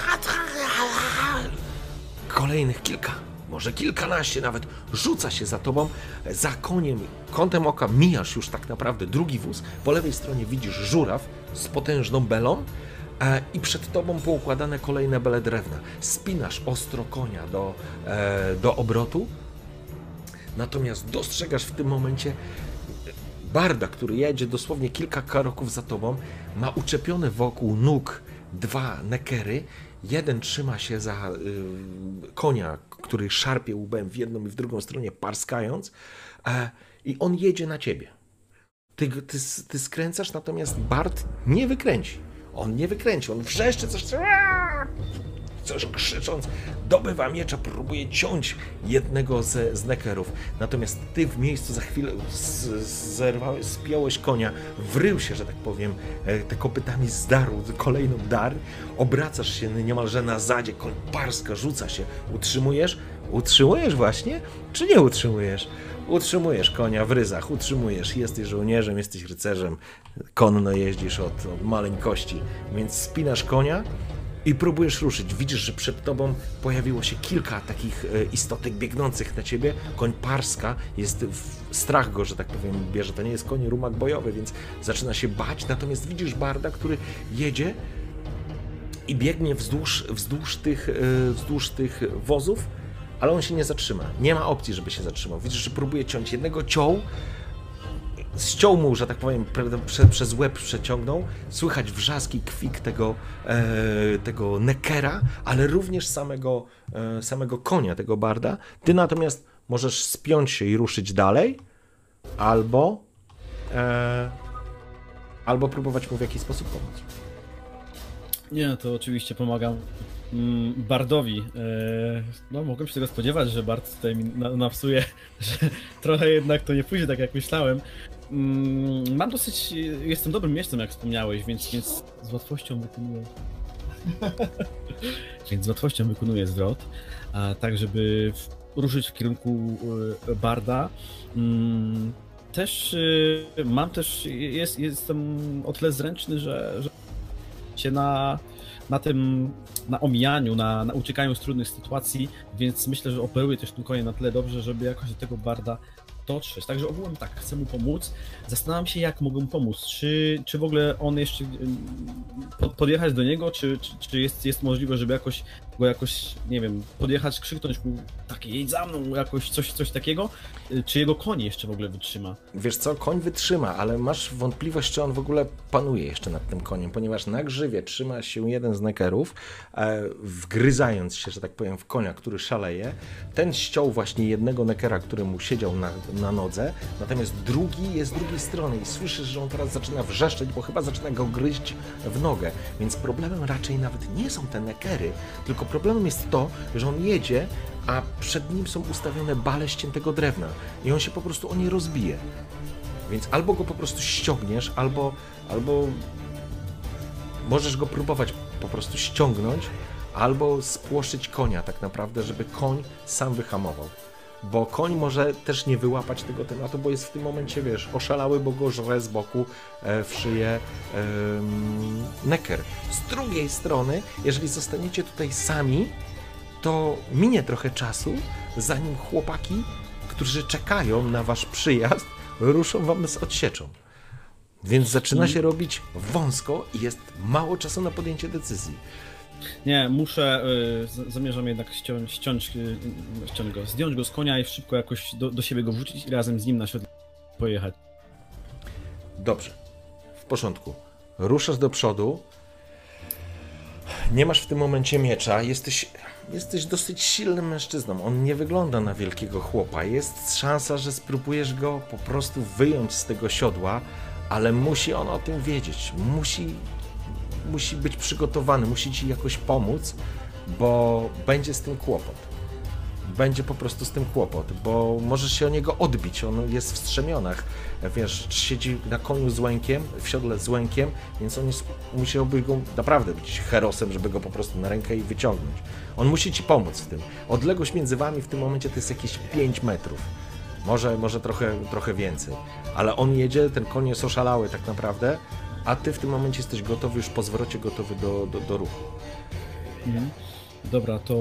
kolejnych kilka, może kilkanaście nawet, rzuca się za tobą, za koniem, kątem oka mijasz już tak naprawdę drugi wóz, po lewej stronie widzisz żuraw z potężną belą, i przed tobą poukładane kolejne bele drewna. Spinasz ostro konia do, e, do obrotu, natomiast dostrzegasz w tym momencie Barda, który jedzie dosłownie kilka kroków za tobą, ma uczepione wokół nóg dwa nekery. Jeden trzyma się za y, konia, który szarpie łbem w jedną i w drugą stronę, parskając, e, i on jedzie na ciebie. Ty, ty, ty skręcasz, natomiast Bard nie wykręci. On nie wykręci, on wrzeszczy coś, coś krzycząc, dobywa miecza, próbuje ciąć jednego z, z nekerów. Natomiast ty w miejscu za chwilę zerwałeś, spiąłeś konia, wrył się, że tak powiem, te kopytami zdarł kolejną dar, obracasz się niemalże na zadzie, koń parska rzuca się, utrzymujesz? Utrzymujesz właśnie? Czy nie utrzymujesz? Utrzymujesz konia w ryzach, utrzymujesz, jesteś żołnierzem, jesteś rycerzem, konno jeździsz od, od maleńkości, więc spinasz konia i próbujesz ruszyć. Widzisz, że przed tobą pojawiło się kilka takich istotek biegnących na ciebie. Koń parska, jest w strach go, że tak powiem, bierze. To nie jest koń rumak bojowy, więc zaczyna się bać. Natomiast widzisz Barda, który jedzie i biegnie wzdłuż, wzdłuż, tych, wzdłuż tych wozów, ale on się nie zatrzyma. Nie ma opcji, żeby się zatrzymał. Widzisz, że próbuje ciąć. Jednego ciął, ściął mu, że tak powiem, prze, przez łeb przeciągnął. Słychać wrzaski, kwik tego, e, tego nekera, ale również samego, e, samego konia, tego Barda. Ty natomiast możesz spiąć się i ruszyć dalej, albo e, albo próbować mu w jakiś sposób pomóc. Nie, to oczywiście pomagam Bardowi. No, mogłem się tego spodziewać, że Bard tutaj mi nawsuje, że trochę jednak to nie pójdzie tak, jak myślałem. Mam dosyć... Jestem dobrym miejscem, jak wspomniałeś, więc, więc z łatwością wykonuję... więc z łatwością wykonuję zwrot, a tak, żeby ruszyć w kierunku Barda. Też mam też... Jest, jestem o tyle zręczny, że, że się na... na tym, na omijaniu, na, na uciekaniu z trudnych sytuacji, więc myślę, że operuje też tym koniem na tyle dobrze, żeby jakoś do tego barda dotrzeć. Także ogółem tak, chcę mu pomóc. Zastanawiam się, jak mogę mu pomóc. Czy, czy w ogóle on jeszcze pod, podjechać do niego, czy, czy, czy jest, jest możliwe, żeby jakoś go jakoś, nie wiem, podjechać, krzyknąć mu takie jedź za mną, jakoś coś, coś takiego? Czy jego koń jeszcze w ogóle wytrzyma? Wiesz co, koń wytrzyma, ale masz wątpliwość, czy on w ogóle panuje jeszcze nad tym koniem, ponieważ na grzywie trzyma się jeden z nekerów, e, wgryzając się, że tak powiem, w konia, który szaleje. Ten ściął właśnie jednego nekera, który mu siedział na, na nodze, natomiast drugi jest z drugiej strony i słyszysz, że on teraz zaczyna wrzeszczeć, bo chyba zaczyna go gryźć w nogę, więc problemem raczej nawet nie są te nekery, tylko problemem jest to, że on jedzie, a przed nim są ustawione bale ściętego drewna i on się po prostu o nie rozbije. Więc albo go po prostu ściągniesz, albo, albo możesz go próbować po prostu ściągnąć, albo spłoszyć konia tak naprawdę, żeby koń sam wyhamował. Bo koń może też nie wyłapać tego tematu, bo jest w tym momencie, wiesz, oszalały, bo go żre z boku e, w szyję e, neker. Z drugiej strony, jeżeli zostaniecie tutaj sami, to minie trochę czasu, zanim chłopaki, którzy czekają na wasz przyjazd, ruszą wam z odsieczą. Więc zaczyna się robić wąsko i jest mało czasu na podjęcie decyzji. Nie, muszę, y, zamierzam jednak ściąć, ściąć, y, ściąć go, zdjąć go z konia i szybko jakoś do, do siebie go wrzucić i razem z nim na świat pojechać. Dobrze, w porządku. Ruszasz do przodu. Nie masz w tym momencie miecza, jesteś, jesteś dosyć silnym mężczyzną. On nie wygląda na wielkiego chłopa. Jest szansa, że spróbujesz go po prostu wyjąć z tego siodła, ale musi on o tym wiedzieć. Musi, musi być przygotowany, musi ci jakoś pomóc, bo będzie z tym kłopot. Będzie po prostu z tym kłopot, bo możesz się o niego odbić, on jest w strzemionach, wiesz, siedzi na koniu z łękiem, w siodle z łękiem, więc on jest, musiałby go naprawdę być herosem, żeby go po prostu na rękę i wyciągnąć. On musi ci pomóc w tym. Odległość między wami w tym momencie to jest jakieś pięć metrów, może, może trochę, trochę więcej, ale on jedzie, ten koń jest oszalały tak naprawdę, a ty w tym momencie jesteś gotowy, już po zwrocie gotowy do, do, do ruchu. Mhm. Dobra, to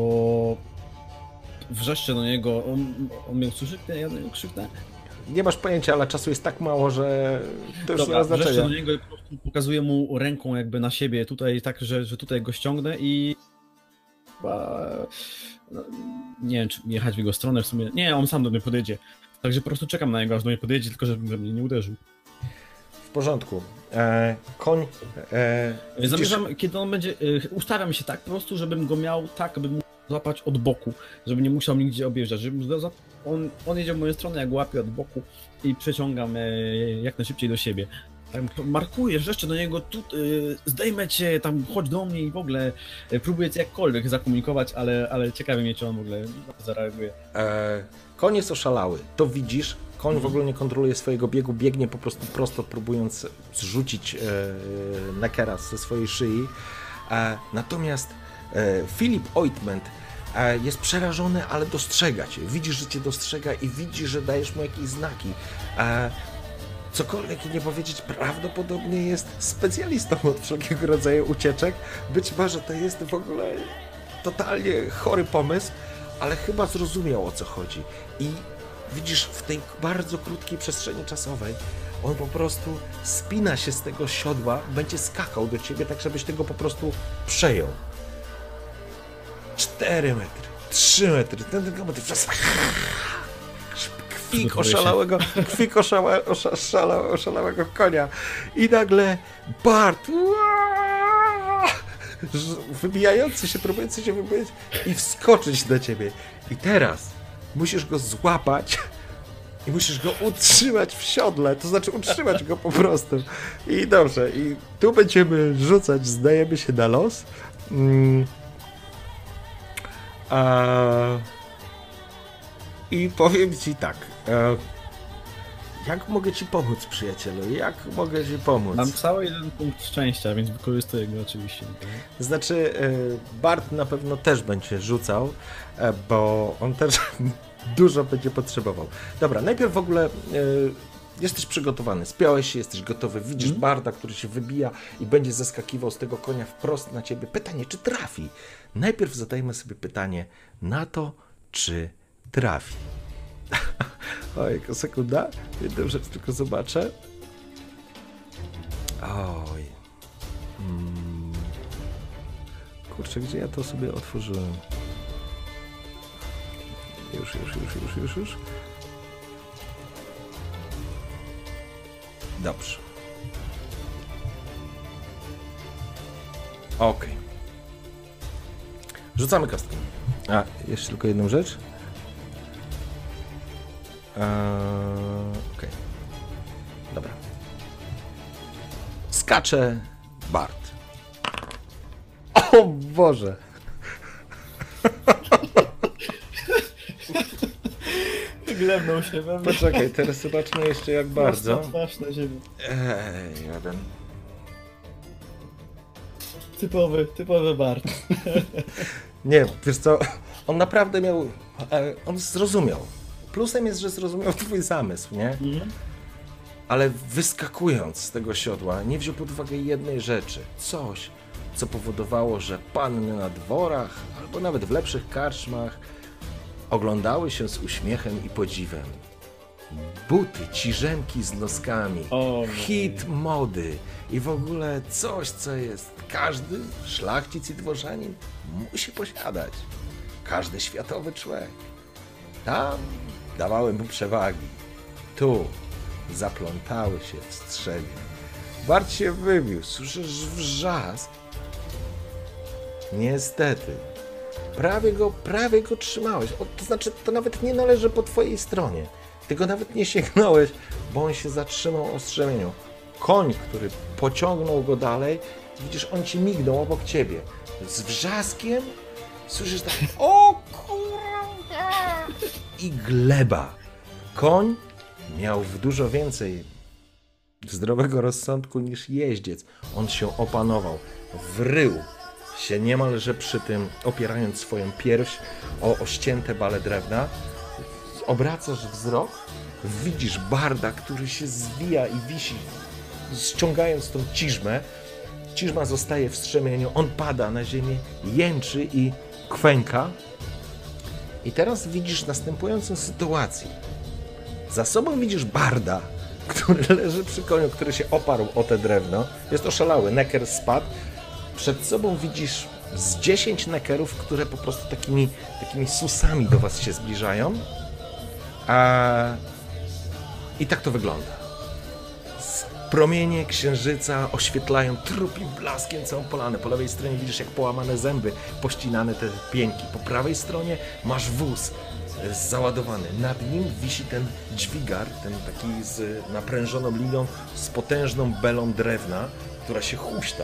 wrzeszczę do niego, on, on mnie krzyknę, ja do niego krzyknę. Nie masz pojęcia, ale czasu jest tak mało, że to już Dobra, nie ma znaczenia. wrzeszczę do niego i po prostu pokazuję mu ręką jakby na siebie tutaj, tak, że, że tutaj go ściągnę i chyba no, nie wiem, czy jechać w jego stronę w sumie. Nie, on sam do mnie podjedzie. Także po prostu czekam na niego, aż do mnie podjedzie, tylko żeby we mnie nie uderzył. W porządku. E, koń... E, Zamierzam, widzisz... kiedy on będzie... E, ustawiam się tak po prostu, żebym go miał tak, aby mógł złapać od boku, żeby nie musiał nigdzie objeżdżać. Żeby on, on jedzie w moją stronę, ja go łapię od boku i przeciągam e, jak najszybciej do siebie. Tak, markuję, wrzeszczę do niego, tu, y, zdejmę cię, tam chodź do mnie i w ogóle y, próbuję cię jakkolwiek zakomunikować, ale, ale ciekawi mnie, czy on w ogóle zareaguje. E, koń jest oszalały, to widzisz, koń w ogóle nie kontroluje swojego biegu, biegnie po prostu prosto, próbując zrzucić e, nekera ze swojej szyi. E, natomiast e, Filip Ointment e, jest przerażony, ale dostrzega cię, widzisz, że cię dostrzega i widzisz, że dajesz mu jakieś znaki. E, Cokolwiek nie powiedzieć, prawdopodobnie jest specjalistą od wszelkiego rodzaju ucieczek. Być może to jest w ogóle totalnie chory pomysł, ale chyba zrozumiał, o co chodzi. I widzisz, w tej bardzo krótkiej przestrzeni czasowej on po prostu spina się z tego siodła, będzie skakał do ciebie, tak żebyś tego po prostu przejął. Cztery metry, trzy metry, ten tylko metry, kwik oszalałego, kwik oszałe, oszala, oszalałego konia i nagle Bart uaa, wybijający się, próbujący się wybijać i wskoczyć do ciebie. I teraz musisz go złapać i musisz go utrzymać w siodle, to znaczy utrzymać go po prostu. I dobrze, i tu będziemy rzucać, zdajemy się na los. Mm. A... I powiem ci tak, e, jak mogę ci pomóc, przyjacielu? Jak mogę ci pomóc? Mam cały jeden punkt szczęścia, więc wykorzystuję go oczywiście. Znaczy, e, Bart na pewno też będzie rzucał, e, bo on też dużo będzie potrzebował. Dobra, najpierw w ogóle e, Jesteś przygotowany, spiąłeś się, jesteś gotowy, widzisz mm. barda, który się wybija i będzie zeskakiwał z tego konia wprost na ciebie. Pytanie, czy trafi? Najpierw zadajmy sobie pytanie na to, czy trafi. Oj, sekunda, jedną rzecz tylko zobaczę. Oj. Hmm. Kurczę, gdzie ja to sobie otworzyłem? Już, już, już, już, już, już. Dobrze. Ok. Rzucamy kostkę. A, jeszcze tylko jedną rzecz. Eee, ok. Dobra. Skacze Bard. O Boże! Glebnął się we mnie. Poczekaj, teraz zobaczmy jeszcze jak bardzo. Twarz na ziemię. Ej, jeden. Typowy, typowy Bard. Nie, wiesz co, on naprawdę miał, on zrozumiał. Plusem jest, że zrozumiał twój zamysł, nie? Mhm. Ale wyskakując z tego siodła, nie wziął pod uwagę jednej rzeczy. Coś, co powodowało, że panny na dworach, albo nawet w lepszych karczmach, oglądały się z uśmiechem i podziwem. Buty, ciżemki z noskami, oh, hit mody i w ogóle coś, co jest każdy szlachcic i dworzanin musi posiadać. Każdy światowy człowiek. Tam dawały mu przewagi. Tu zaplątały się w strzebie. Bard się wybił, słyszysz wrzask. Niestety. Prawie go, prawie go trzymałeś. O, to znaczy, to nawet nie należy po twojej stronie. Ty go nawet nie sięgnąłeś, bo on się zatrzymał o strzemieniu. Koń, który pociągnął go dalej, widzisz, on ci mignął obok ciebie. Z wrzaskiem słyszysz tak, o kurwa! I gleba. Koń miał w dużo więcej zdrowego rozsądku niż jeździec. On się opanował, wrył się niemalże przy tym, opierając swoją pierś o, o ścięte bale drewna. Obracasz wzrok, widzisz barda, który się zwija i wisi, ściągając tą ciżmę. Ciżma zostaje w strzemieniu, on pada na ziemię, jęczy i kwęka. I teraz widzisz następującą sytuację. Za sobą widzisz barda, który leży przy koniu, który się oparł o te drewno. Jest oszalały, necker spadł. Przed sobą widzisz z dziesięć neckerów, które po prostu takimi, takimi susami do was się zbliżają. A... I tak to wygląda. Promienie księżyca oświetlają trupim blaskiem całą polanę. Po lewej stronie widzisz jak połamane zęby, pościnane te pięki. Po prawej stronie masz wóz załadowany. Nad nim wisi ten dźwigar, ten taki z naprężoną linią, z potężną belą drewna, która się huśta.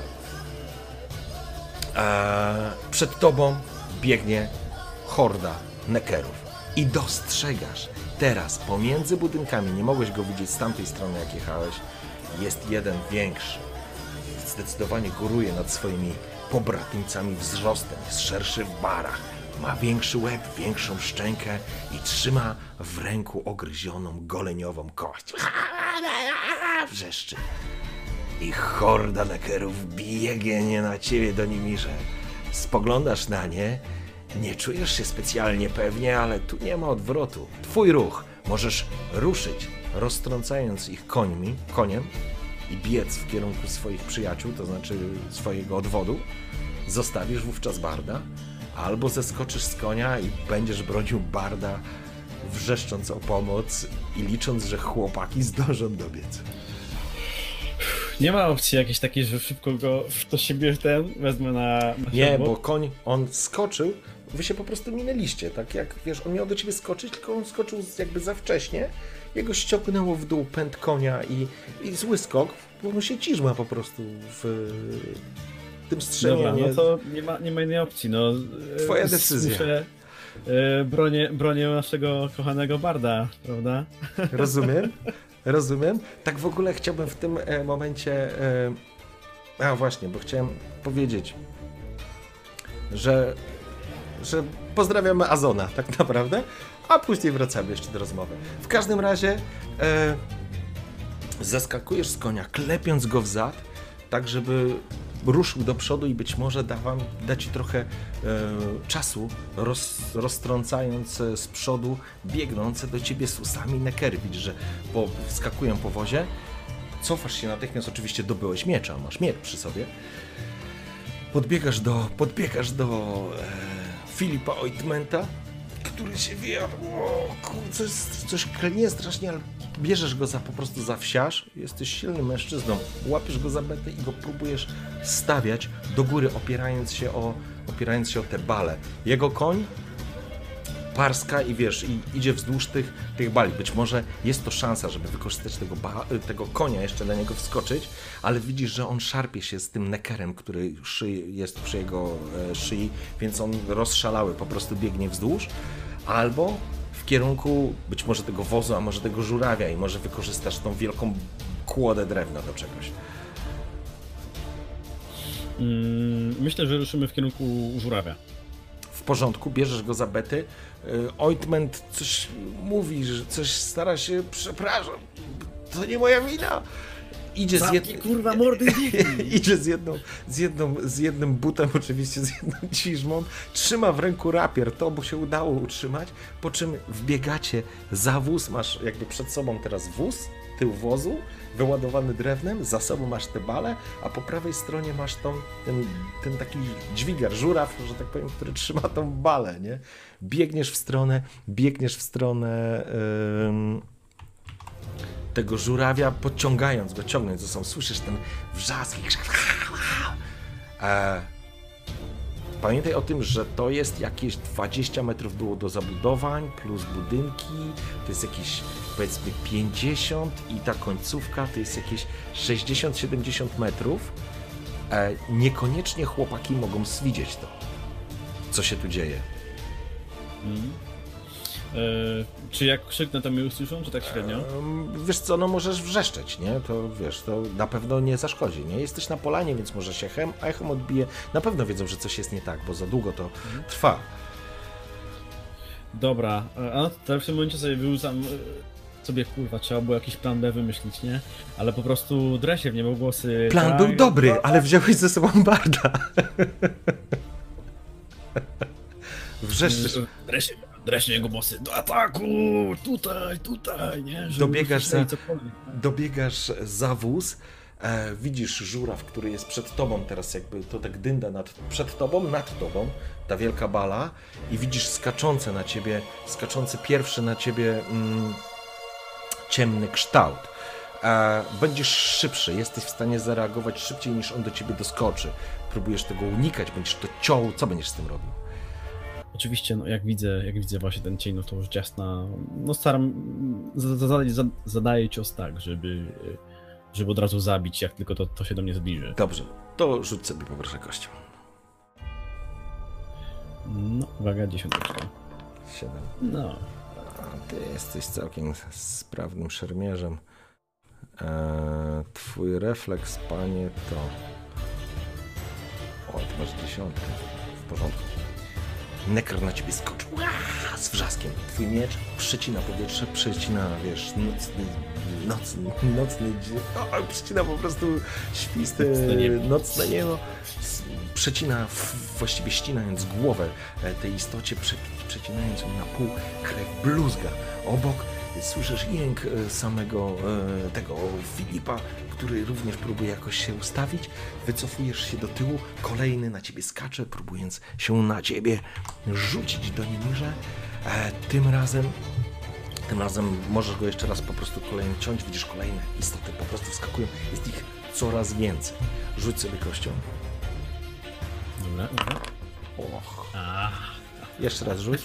A przed tobą biegnie horda neckerów. I dostrzegasz teraz pomiędzy budynkami, nie mogłeś go widzieć z tamtej strony jak jechałeś, jest jeden większy. Zdecydowanie góruje nad swoimi pobratymcami wzrostem, jest szerszy w barach, ma większy łeb, większą szczękę i trzyma w ręku ogryzioną goleniową kość. Wrzeszczy. I horda neckerów biegnie na ciebie do Nimirze. Spoglądasz na nie, nie czujesz się specjalnie pewnie, ale tu nie ma odwrotu. Twój ruch. Możesz ruszyć, roztrącając ich końmi, koniem i biec w kierunku swoich przyjaciół, to znaczy swojego odwodu. Zostawisz wówczas barda, albo zeskoczysz z konia i będziesz bronił barda, wrzeszcząc o pomoc i licząc, że chłopaki zdążą dobiec. Nie ma opcji jakiejś takiej, że szybko go to siebie ten wezmę na, na Nie, bo koń, on skoczył, wy się po prostu minęliście, tak jak, wiesz, on miał do ciebie skoczyć, tylko on skoczył jakby za wcześnie, jego ściągnęło w dół pęd konia i, i zły skok, bo mu się ciżma po prostu w tym strzemieniu. Dobra, no to nie ma, nie ma innej opcji, no. Twoja decyzja. Muszę, yy, bronię, bronię naszego kochanego barda, prawda? Rozumiem. Rozumiem. Tak w ogóle chciałbym w tym e, momencie... E, a właśnie, bo chciałem powiedzieć, że, że pozdrawiamy Azona tak naprawdę, a później wracamy jeszcze do rozmowy. W każdym razie e, zeskakujesz z konia, klepiąc go w zad, tak żeby ruszył do przodu i być może da, wam, da ci trochę e, czasu, roz, roztrącając z przodu biegnące do ciebie z usami nekery. Widzisz, że po, wskakują po wozie, cofasz się natychmiast, oczywiście dobyłeś miecza, masz miecz przy sobie, podbiegasz do, podbiegasz do e, Filipa Ointmenta, który się wija, o, coś, coś klnie strasznie, ale bierzesz go za, po prostu za wsiarz, jesteś silnym mężczyzną, łapiesz go za betę i go próbujesz stawiać do góry, opierając się o, opierając się o te bale. Jego koń parska i wiesz, i idzie wzdłuż tych, tych bali. Być może jest to szansa, żeby wykorzystać tego, tego konia, jeszcze na niego wskoczyć, ale widzisz, że on szarpie się z tym nekerem, który szy, jest przy jego e, szyi, więc on rozszalały po prostu biegnie wzdłuż, albo w kierunku być może tego wozu, a może tego żurawia i może wykorzystasz tą wielką kłodę drewna do czegoś. Myślę, że ruszymy w kierunku żurawia. W porządku, bierzesz go za bety. Ointment coś mówi, że coś stara się, przepraszam, to nie moja wina. Idzie z jednym, kurwa mordy idzie z jedną, z jedną, z jednym butem, oczywiście z jedną ciżmą, trzyma w ręku rapier, to mu się udało utrzymać, po czym wbiegacie za wóz, masz jakby przed sobą teraz wóz, tył wozu, wyładowany drewnem, za sobą masz te bale, a po prawej stronie masz tą, ten, ten taki dźwigar, żuraw, że tak powiem, który trzyma tą balę, nie? Biegniesz w stronę, biegniesz w stronę yy, tego żurawia, podciągając go, ciągnąc ze sobą, słyszysz ten wrzask i krzyk. E, pamiętaj o tym, że to jest jakieś dwadzieścia metrów było do zabudowań, plus budynki, to jest jakieś powiedzmy pięćdziesiąt i ta końcówka to jest jakieś sześćdziesiąt siedemdziesiąt metrów. E, niekoniecznie chłopaki mogą widzieć to, co się tu dzieje. Mm. E, czy jak krzyknę, to mnie usłyszą, czy tak średnio? E, wiesz co, no możesz wrzeszczeć, nie? To wiesz, to na pewno nie zaszkodzi, nie? Jesteś na polanie, więc może się chem, echem odbije. Na pewno wiedzą, że coś jest nie tak, bo za długo to mhm. trwa. Dobra, a teraz w tym momencie sobie wyrzucam sobie, kurwa, trzeba było jakiś plan B wymyślić, nie? Ale po prostu dresie w niebo głosy... Plan tak, był dobry, no, ale wziąłeś ze sobą barda. Wrzeszczysz. Dresie, dresie jego głosy, do ataku, tutaj, tutaj, nie? Żeby dobiegasz, za, dobiegasz za wóz, e, widzisz żuraw, który jest przed tobą teraz, jakby to tak dynda nad, przed tobą, nad tobą, ta wielka bala i widzisz skaczące na ciebie, skaczący pierwszy na ciebie mm, ciemny kształt. E, będziesz szybszy, jesteś w stanie zareagować szybciej niż on do ciebie doskoczy. Próbujesz tego unikać, będziesz to ciął, co będziesz z tym robił? Oczywiście, no, jak widzę, jak widzę właśnie ten cień, no to już jasna, no staram, zadaję, zadaję cios tak, żeby, żeby od razu zabić, jak tylko to, to się do mnie zbliży. Dobrze, to rzuć sobie poproszę kością. No, uwaga, dziesiąteczka. Siedem. No. A ty jesteś całkiem sprawnym szermierzem. Eee, twój refleks, panie, to... O, ty masz dziesiątkę. W porządku. Nekr na ciebie skoczył Aaaa! z wrzaskiem. Twój miecz przecina powietrze, przecina, wiesz, nocny, nocny, nocny, o, przecina po prostu świsty, nocne niebo, nocne niebo. Przecina, właściwie ścinając głowę tej istocie, prze, przecinając ją na pół, krew bluzga. Obok słyszysz jęk samego tego Filipa, który również próbuje jakoś się ustawić. Wycofujesz się do tyłu, kolejny na ciebie skacze, próbując się na ciebie rzucić do niemirze. E, tym razem tym razem możesz go jeszcze raz po prostu kolejny ciąć. Widzisz kolejne istoty, po prostu wskakują. Jest ich coraz więcej. Rzuć sobie kością. Dobra, dobra. Och. Jeszcze raz rzuć.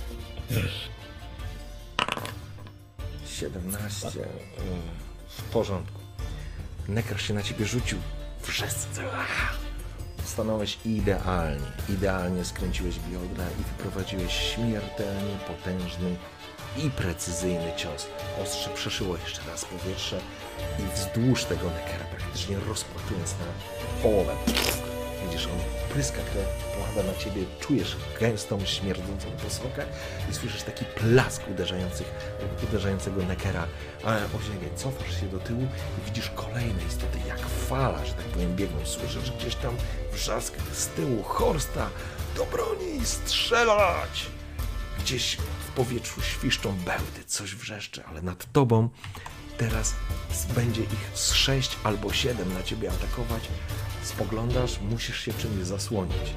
siedemnaście. W porządku. Nekr się na ciebie rzucił. Wszyscy. Stanąłeś idealnie. Idealnie skręciłeś biodra i wyprowadziłeś śmiertelnie potężny i precyzyjny cios. Ostrze przeszyło jeszcze raz powietrze i wzdłuż tego Nekra, praktycznie rozpłatując na połowę. Widzisz, on pryska krew, pada na ciebie, czujesz gęstą, śmierdzącą posokę i słyszysz taki plask uderzających, uderzającego Neckera o ziemię. Cofasz się do tyłu i widzisz kolejne istoty, jak fala, że tak powiem, biegną. Słyszysz gdzieś tam wrzask z tyłu Horsta. Do broni, strzelać! Gdzieś w powietrzu świszczą bełty, coś wrzeszczy, ale nad tobą teraz będzie ich z sześć albo siedem na ciebie atakować. Spoglądasz, musisz się czymś zasłonić.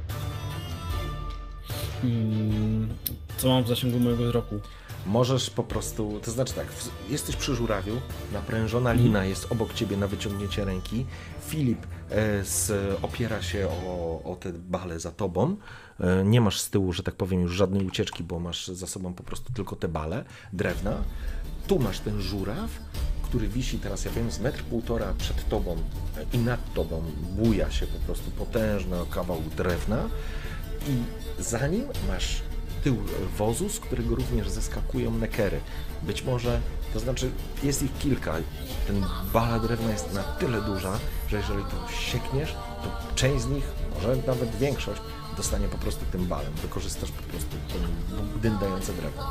Hmm, co mam w zasięgu mojego wzroku? Możesz po prostu, to znaczy tak, jesteś przy żurawiu, naprężona lina jest obok ciebie na wyciągnięcie ręki. Filip e, z, opiera się o, o te bale za tobą. E, nie masz z tyłu, że tak powiem, już żadnej ucieczki, bo masz za sobą po prostu tylko te bale drewna. Tu masz ten żuraw, który wisi teraz, ja wiem, z metr półtora przed tobą i nad tobą buja się po prostu potężny kawał drewna i za nim masz tył wozu, z którego również zeskakują Neckery. Być może, to znaczy jest ich kilka. Ten bala drewna jest na tyle duża, że jeżeli to siekniesz, to część z nich, może nawet większość, dostanie po prostu tym balem. Wykorzystasz po prostu to dyndające drewno.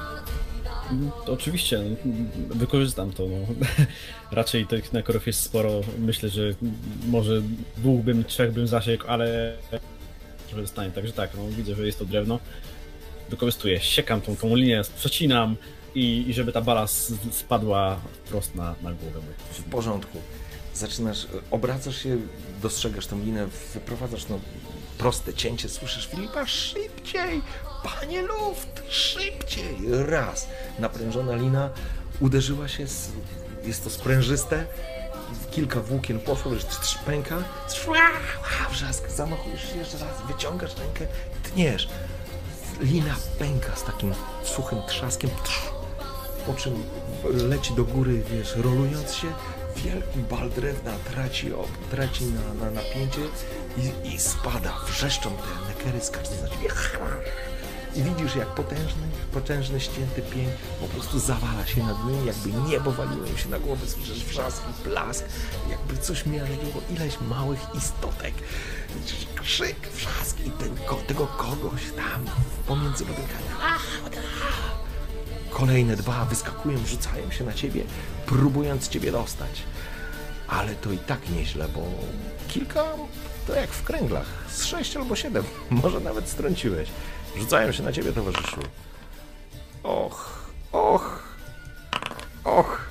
To oczywiście, wykorzystam to. No. Raczej tych Neckerów jest sporo. Myślę, że może dwóch bym, trzech bym zasiekł, ale że dostanie. Także tak, no, widzę, że jest to drewno. Wykorzystuję, siekam tą, tą linię, przecinam i, i żeby ta bala spadła wprost na, na głowę. W porządku. Zaczynasz, obracasz się, dostrzegasz tą linę, wyprowadzasz no, proste cięcie, słyszysz Filipa, szybciej, panie Luft, szybciej. Raz, naprężona lina uderzyła się, z, jest to sprężyste, kilka włókien poszło, już pęka, wrzask, zamachujesz się jeszcze raz, wyciągasz rękę, tniesz. Lina pęka z takim suchym trzaskiem, po czym leci do góry, wiesz, rolując się, wielki bal drewna traci, traci na, na napięcie i, i spada, wrzeszczą te Neckery, skaczą na ciebie. I widzisz, jak potężny, potężny ścięty pień po prostu zawala się nad nim, jakby niebo waliło im się na głowę, słyszysz wrzask i blask, jakby coś miażdżyło ileś małych istotek. Widzisz krzyk, wrzask i ten, tego kogoś tam pomiędzy budynkami. Kolejne dwa wyskakują, rzucają się na ciebie, próbując ciebie dostać. Ale to i tak nieźle, bo kilka, to jak w kręglach, z sześć albo siedem, może nawet strąciłeś. Rzucają się na ciebie, towarzyszu. Och, och, och.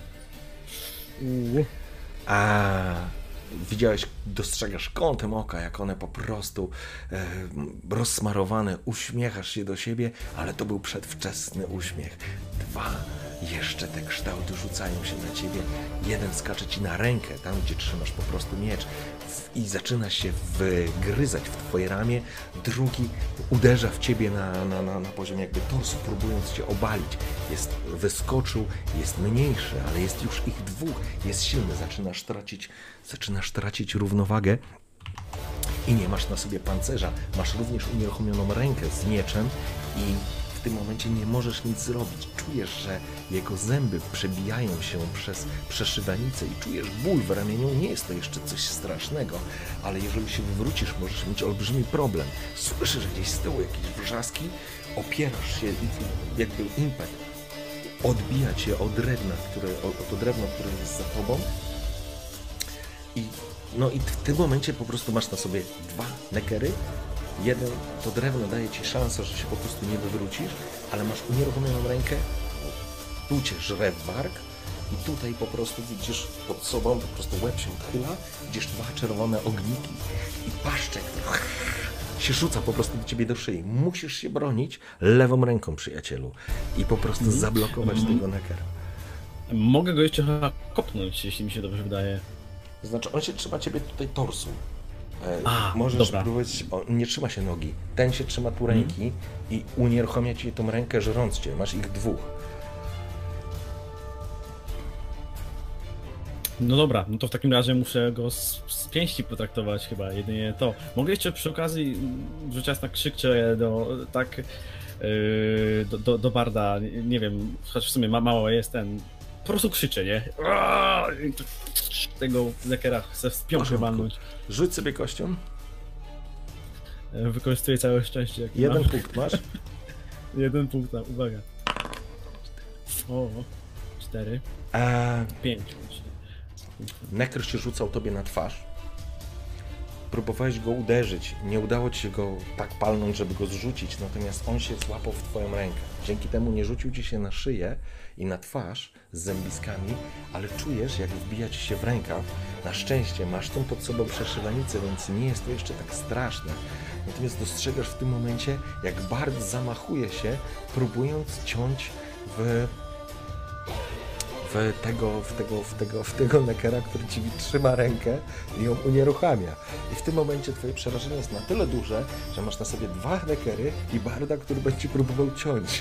A widziałeś, dostrzegasz kątem oka, jak one po prostu e, rozsmarowane, uśmiechasz się do siebie, ale to był przedwczesny uśmiech. Dwa jeszcze te kształty rzucają się na ciebie. Jeden skacze ci na rękę, tam gdzie trzymasz po prostu miecz i zaczyna się wgryzać w twoje ramię. Drugi uderza w ciebie na, na, na, na poziom jakby torsu, próbując cię obalić. Jest, wyskoczył, jest mniejszy, ale jest już ich dwóch. Jest silny, zaczynasz tracić, zaczynasz tracić równowagę. I nie masz na sobie pancerza. Masz również unieruchomioną rękę z mieczem i w tym momencie nie możesz nic zrobić. Czujesz, że jego zęby przebijają się przez przeszywanicę i czujesz ból w ramieniu. Nie jest to jeszcze coś strasznego, ale jeżeli się wywrócisz, możesz mieć olbrzymi problem. Słyszysz gdzieś z tyłu jakieś wrzaski, opierasz się i jakby impet odbija cię od drewna, które, o, o to drewno, które jest za tobą. I no i w tym momencie po prostu masz na sobie dwa Neckery. Jeden, to drewno daje ci szansę, że się po prostu nie wywrócisz, ale masz unieruchomioną rękę, tu cię żre w bark i tutaj po prostu widzisz pod sobą, po prostu łeb się odchyla, widzisz dwa czerwone ogniki i paszczek, który się rzuca po prostu do ciebie do szyi. Musisz się bronić lewą ręką, przyjacielu, i po prostu mm. zablokować mm. tego Neckera. Mogę go jeszcze chyba kopnąć, jeśli mi się dobrze wydaje. To znaczy, on się trzyma ciebie tutaj torsu. A, możesz dobra. próbować, on nie trzyma się nogi, ten się trzyma tu ręki mm. i unieruchamia ci tą rękę, żrąc cię. Masz ich dwóch. No dobra, no to w takim razie muszę go z, z pięści potraktować chyba, jedynie to. Mogę jeszcze przy okazji rzucić raz na krzykcze do, tak, yy, do, do, do Barda, nie, nie wiem, choć w sumie ma, mało jest ten, po prostu krzycze, nie? I tego Nekera chce w piątkę walnąć. Rzuć sobie kością. Wykorzystuję całe szczęście. Jakie Jeden mam. punkt masz. Jeden punkt tam, uwaga. O, cztery. Eee, Pięć. Neker się rzucał tobie na twarz. Próbowałeś go uderzyć. Nie udało ci się go tak palnąć, żeby go zrzucić, natomiast on się złapał w twoją rękę. Dzięki temu nie rzucił ci się na szyję i na twarz z zębiskami, ale czujesz, jak wbija ci się w rękaw. Na szczęście masz tą pod sobą przeszywanicę, więc nie jest to jeszcze tak straszne. Natomiast dostrzegasz w tym momencie, jak Bard zamachuje się, próbując ciąć w... w tego, w tego, w tego, w tego Nekera, który ci trzyma rękę i ją unieruchamia. I w tym momencie twoje przerażenie jest na tyle duże, że masz na sobie dwa Nekery i Barda, który będzie próbował ciąć.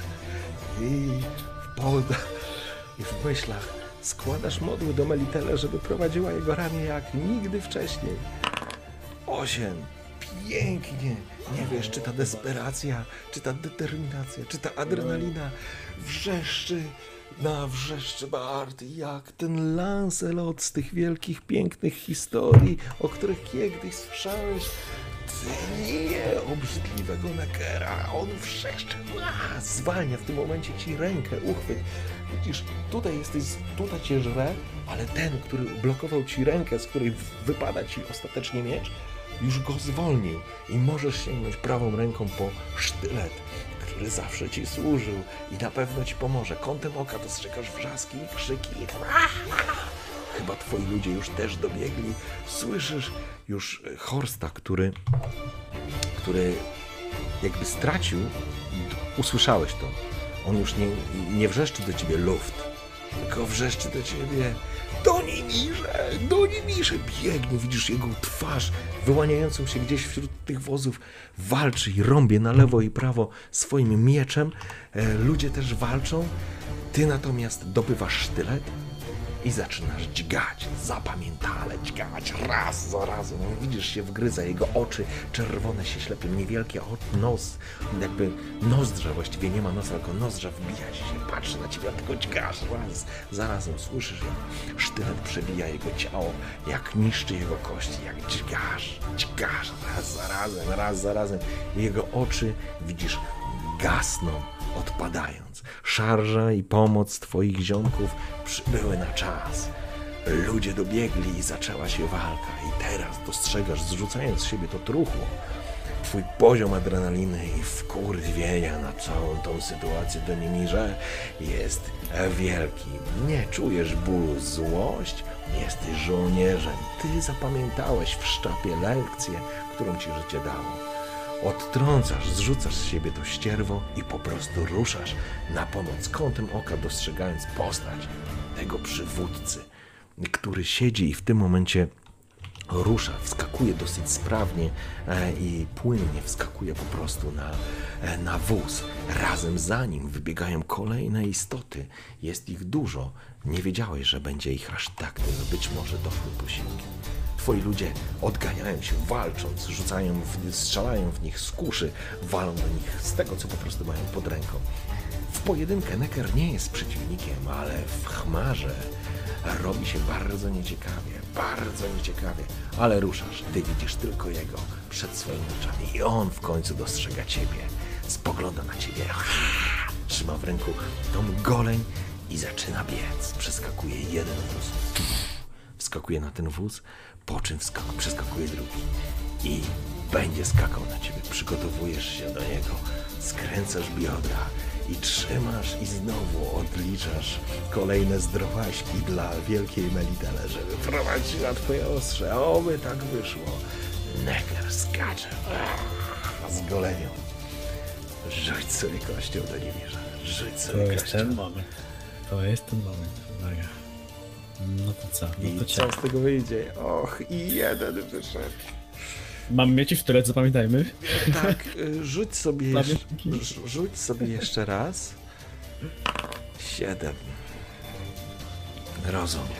I w poda, i w myślach składasz modły do Melitele, żeby prowadziła jego ramię jak nigdy wcześniej. Osiem. Pięknie. Nie wiesz, czy ta desperacja, czy ta determinacja, czy ta adrenalina wrzeszczy na wrzeszczy Bard, jak ten Lancelot z tych wielkich, pięknych historii, o których kiedyś słyszałeś. Ty nie, obrzydliwego Nekera, on wrzeszczy, a, zwalnia w tym momencie ci rękę, uchwyt. Widzisz, tutaj jesteś, tutaj cię żre, ale ten, który blokował ci rękę, z której wypada ci ostatecznie miecz, już go zwolnił i możesz sięgnąć prawą ręką po sztylet, który zawsze ci służył i na pewno ci pomoże. Kątem oka dostrzegasz wrzaski i krzyki. Chyba twoi ludzie już też dobiegli. Słyszysz już Horsta, który, który jakby stracił, usłyszałeś to. On już nie, nie wrzeszczy do ciebie luft, tylko wrzeszczy do ciebie do Nimirze, do Nimirze, biegnie, widzisz jego twarz wyłaniającą się gdzieś wśród tych wozów, walczy i rąbie na lewo i prawo swoim mieczem, e, ludzie też walczą, ty natomiast dobywasz sztylet i zaczynasz dźgać, zapamiętale dźgać, raz za razem, widzisz się wgryza, jego oczy czerwone się ślepią, niewielkie nos, jakby nozdrza, właściwie nie ma nosa, tylko nozdrza wbija ci się, patrzy na ciebie, a tylko dźgasz, raz za razem, słyszysz, jak sztylet przebija jego ciało, jak niszczy jego kości, jak dźgasz, dźgasz, raz za razem, raz za razem, jego oczy, widzisz, gasną, odpadając. Szarża i pomoc twoich ziomków przybyły na czas. Ludzie dobiegli i zaczęła się walka. I teraz dostrzegasz, zrzucając z siebie to truchło, twój poziom adrenaliny i wkurwienia na całą tą sytuację do Nimirze jest wielki. Nie czujesz bólu, złość, jesteś żołnierzem. Ty zapamiętałeś w szczapie lekcję, którą ci życie dało. Odtrącasz, zrzucasz z siebie to ścierwo i po prostu ruszasz na pomoc, kątem oka dostrzegając postać tego przywódcy, który siedzi i w tym momencie rusza, wskakuje dosyć sprawnie e, i płynnie wskakuje po prostu na, e, na wóz. Razem za nim wybiegają kolejne istoty. Jest ich dużo. Nie wiedziałeś, że będzie ich aż tak dużo. Być może doszły posiłki. Twoi ludzie odganiają się, walcząc, rzucają, w, strzelają w nich z kuszy, walą do nich z tego, co po prostu mają pod ręką. W pojedynkę Neker nie jest przeciwnikiem, ale w chmarze robi się bardzo nieciekawie, bardzo nieciekawie. Ale ruszasz, ty widzisz tylko jego przed swoimi oczami i on w końcu dostrzega ciebie. Spogląda na ciebie, trzyma w ręku tą goleń i zaczyna biec. Przeskakuje jeden wóz, wskakuje na ten wóz, po czym wskak- przeskakuje drugi i będzie skakał na ciebie. Przygotowujesz się do niego, skręcasz biodra i trzymasz i znowu odliczasz kolejne zdrowaśki dla wielkiej Melitele, żeby prowadzić na twoje ostrze. Oby tak wyszło. Neker skacze z golenią. Rzuć sobie kością do Nimirze. Rzuć sobie To kością. jest ten moment. To jest ten moment. Uwaga. No to co? No I to co cię. z tego wyjdzie? Och, i jeden wyszedł. Mam mieć i sztylet, zapamiętajmy. Tak, y, rzuć sobie, Prawie jeszcze, taki. rz- rzuć sobie jeszcze raz. Siedem. Rozumiem.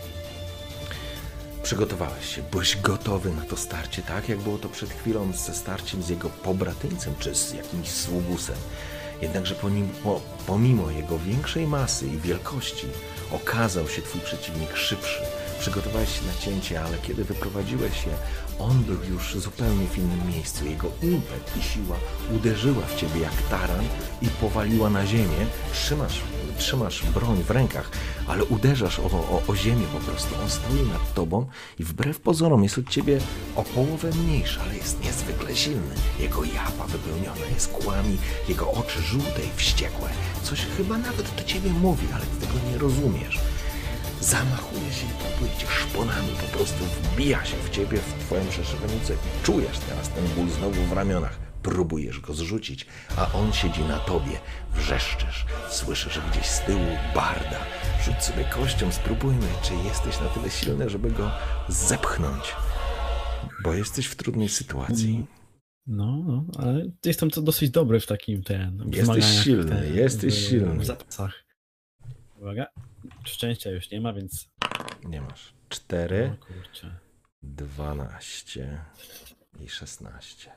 Przygotowałeś się, byłeś gotowy na to starcie, tak jak było to przed chwilą ze starciem z jego pobratyńcem, czy z jakimś sługusem. Jednakże pomimo, pomimo jego większej masy i wielkości okazał się twój przeciwnik szybszy. Przygotowałeś się na cięcie, ale kiedy wyprowadziłeś się, on był już zupełnie w innym miejscu. Jego impet i siła uderzyła w ciebie jak taran i powaliła na ziemię. Trzymasz, trzymasz broń w rękach, ale uderzasz o, o, o ziemię po prostu. On stoi nad tobą i wbrew pozorom jest od ciebie o połowę mniejszy, ale jest niezwykle silny. Jego japa wypełniona jest kłami, jego oczy żółte i wściekłe. Coś chyba nawet do ciebie mówi, ale ty tego nie rozumiesz. Zamachuje się i próbuje cię szponami, po prostu wbija się w ciebie, w twoją przeszywanicę. Czujesz teraz ten ból znowu w ramionach. Próbujesz go zrzucić, a on siedzi na tobie. Wrzeszczysz, słyszysz gdzieś z tyłu barda. Rzuć sobie kością, spróbujmy, czy jesteś na tyle silny, żeby go zepchnąć. Bo jesteś w trudnej sytuacji. No, no, ale jestem to dosyć dobry w takim ten... Jesteś silny, ten, jesteś w, silny. W zapasach. Uwaga. Szczęścia już nie ma, więc... Nie masz. Cztery, O kurczę. dwanaście i szesnaście.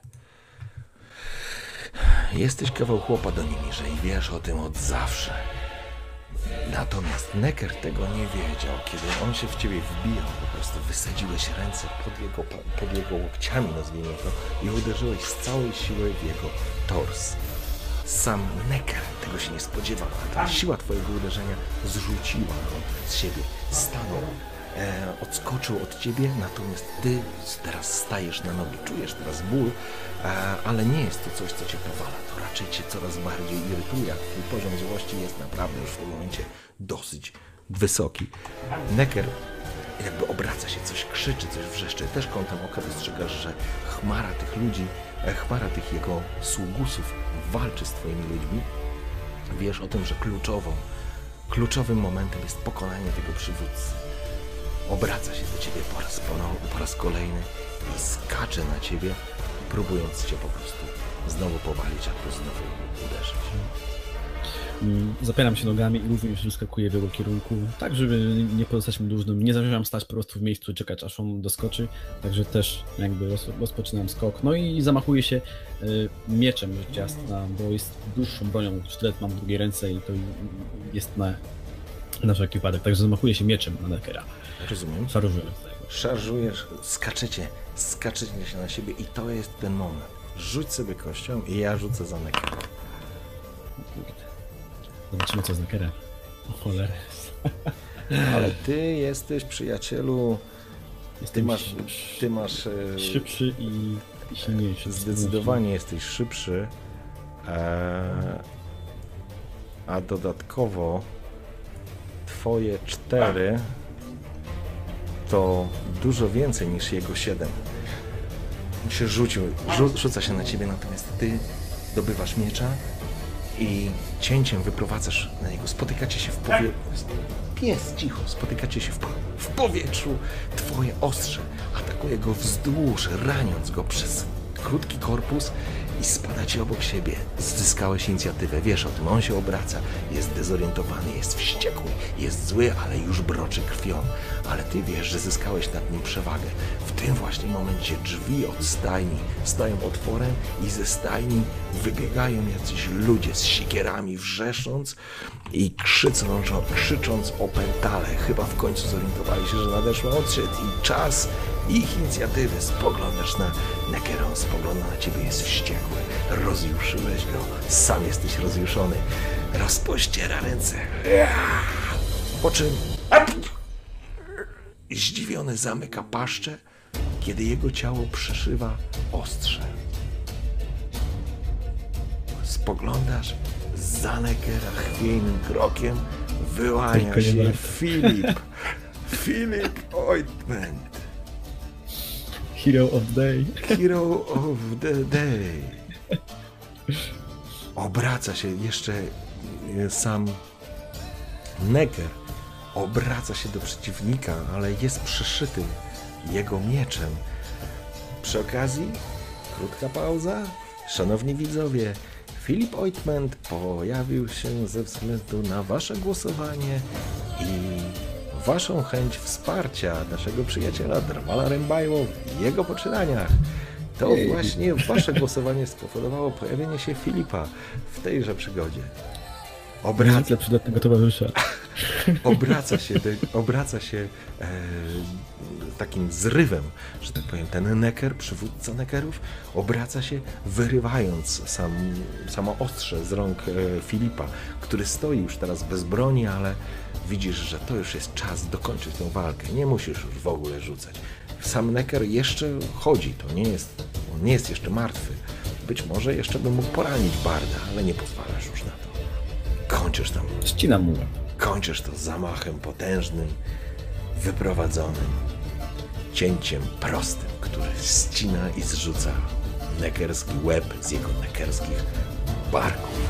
Jesteś kawał chłopa do Nimirze i wiesz o tym od zawsze. Natomiast Necker tego nie wiedział. Kiedy on się w ciebie wbijał, po prostu wysadziłeś ręce pod jego, pod jego łokciami, nazwijmy to, i uderzyłeś z całej siły w jego tors. Sam Necker tego się nie spodziewał, a ta siła twojego uderzenia zrzuciła go z siebie. Stanął, e, odskoczył od ciebie, natomiast ty teraz stajesz na nogi. Czujesz teraz ból, e, ale nie jest to coś, co cię powala. To raczej cię coraz bardziej irytuje, a twój poziom złości jest naprawdę już w tym momencie dosyć wysoki. Necker jakby obraca się, coś krzyczy, coś wrzeszczy. Też kątem oka dostrzegasz, że chmara tych ludzi, chmara tych jego sługusów walczy z twoimi ludźmi. Wiesz o tym, że kluczową, kluczowym momentem jest pokonanie tego przywódcy. Obraca się do ciebie po raz, po, po raz kolejny i skacze na ciebie, próbując cię po prostu znowu powalić albo znowu uderzyć. Zapieram się nogami i również wyskakuję w jego kierunku, tak żeby nie pozostać mu dłużnym. Nie zamierzam stać po prostu w miejscu, czekać aż on doskoczy, także też jakby roz, rozpoczynam skok. No i zamachuję się y, mieczem rzecz jasna, bo jest dłuższą bronią, sztylet mam w drugiej ręce i to jest na, na wszelki wypadek, także zamachuję się mieczem na Neckera. Rozumiem. Szarżuję. Szarżujesz, skaczecie, skaczecie się na siebie i to jest ten moment. Rzuć sobie kością i ja rzucę za Neckera. Zobaczymy co z Neckerem. O cholera. Ale ty jesteś, przyjacielu, ty masz, ty masz szybszy i, i silniejszy. Zdecydowanie jesteś szybszy, a dodatkowo twoje cztery to dużo więcej niż jego siedem. On się rzucił, rzu, rzuca się na ciebie, natomiast ty dobywasz miecza i cięciem wyprowadzasz na niego. Spotykacie się w powietrzu. Pies, cicho. Spotykacie się w, w powietrzu. Twoje ostrze atakuje go wzdłuż, raniąc go przez krótki korpus i spadacie obok siebie. Zyskałeś inicjatywę. Wiesz o tym. On się obraca. Jest dezorientowany, jest wściekły, jest zły, ale już broczy krwią. Ale ty wiesz, że zyskałeś nad nim przewagę. W tym właśnie momencie drzwi od stajni stają otworem i ze stajni wybiegają jacyś ludzie z siekierami, wrzesząc i krzycząc, krzycząc o pętale. Chyba w końcu zorientowali się, że nadeszła odsiedź i czas ich inicjatywy. Spoglądasz na Neckera, on spogląda na ciebie, jest wściekły. Rozjuszyłeś go, sam jesteś rozjuszony. Rozpościera ręce. Po czym zdziwiony zamyka paszczę, kiedy jego ciało przeszywa ostrze. Spoglądasz za Neckera chwiejnym krokiem, wyłania się Filip. Filip Ointment. Hero of the day. Hero of the day. Obraca się jeszcze sam Necker. Obraca się do przeciwnika, ale jest przeszyty jego mieczem. Przy okazji, krótka pauza. Szanowni widzowie, Filip Ointment pojawił się ze względu na wasze głosowanie i waszą chęć wsparcia naszego przyjaciela Drwala Rembajło w jego poczynaniach. To właśnie wasze głosowanie spowodowało pojawienie się Filipa w tejże przygodzie. Obraca... Zwykle przydatnego towarzysza. Obraca się, obraca się e, takim zrywem, że tak powiem, ten Necker, przywódca Neckerów, obraca się, wyrywając sam, samo ostrze z rąk e, Filipa, który stoi już teraz bez broni, ale widzisz, że to już jest czas dokończyć tę walkę. Nie musisz już w ogóle rzucać. Sam Necker jeszcze chodzi, to nie jest, on nie jest jeszcze martwy. Być może jeszcze by mógł poranić Barda, ale nie pozwalasz już na to. Kończysz tam. Ścinam mu. Kończysz to zamachem potężnym, wyprowadzonym, cięciem prostym, który ścina i zrzuca nekerski łeb z jego nekerskich barków.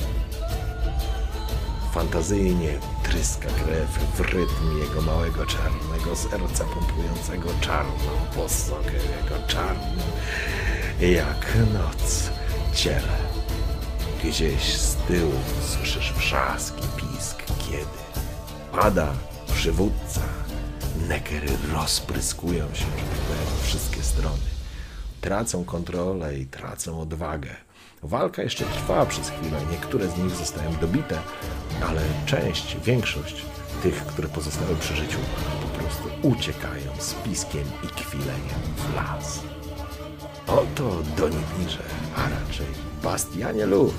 Fantazyjnie tryska krew w rytm jego małego czarnego serca pompującego czarną posokę jego czarnym jak noc ciele. Gdzieś z tyłu słyszysz wrzask i pisk, kiedy pada przywódca. Neckery rozpryskują się, że tak powiem, w wszystkie strony. Tracą kontrolę i tracą odwagę. Walka jeszcze trwa przez chwilę, niektóre z nich zostają dobite, ale część, większość tych, które pozostały przy życiu, po prostu uciekają z piskiem i kwileniem w las. Oto Donimirze, a raczej Bastianie Luft.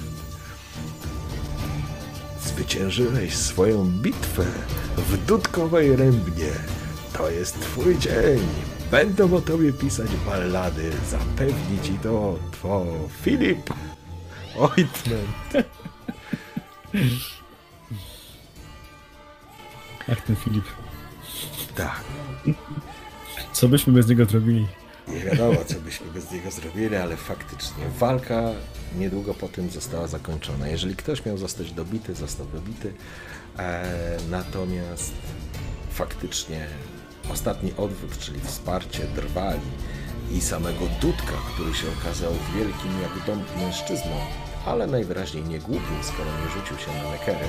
Zwyciężyłeś swoją bitwę w Dudkowej Rębnie. To jest twój dzień. Będą o tobie pisać ballady. Zapewni ci to, to Filip Ointment. Ach, ten Filip. Tak. Co byśmy bez niego zrobili? Nie wiadomo, co byśmy bez niego zrobili, ale faktycznie walka niedługo po tym została zakończona. Jeżeli ktoś miał zostać dobity, został dobity. E, natomiast faktycznie ostatni odwrót, czyli wsparcie Drwali i samego Dudka, który się okazał wielkim jak dąb mężczyzną, ale najwyraźniej nie głupim, skoro nie rzucił się na Neckery,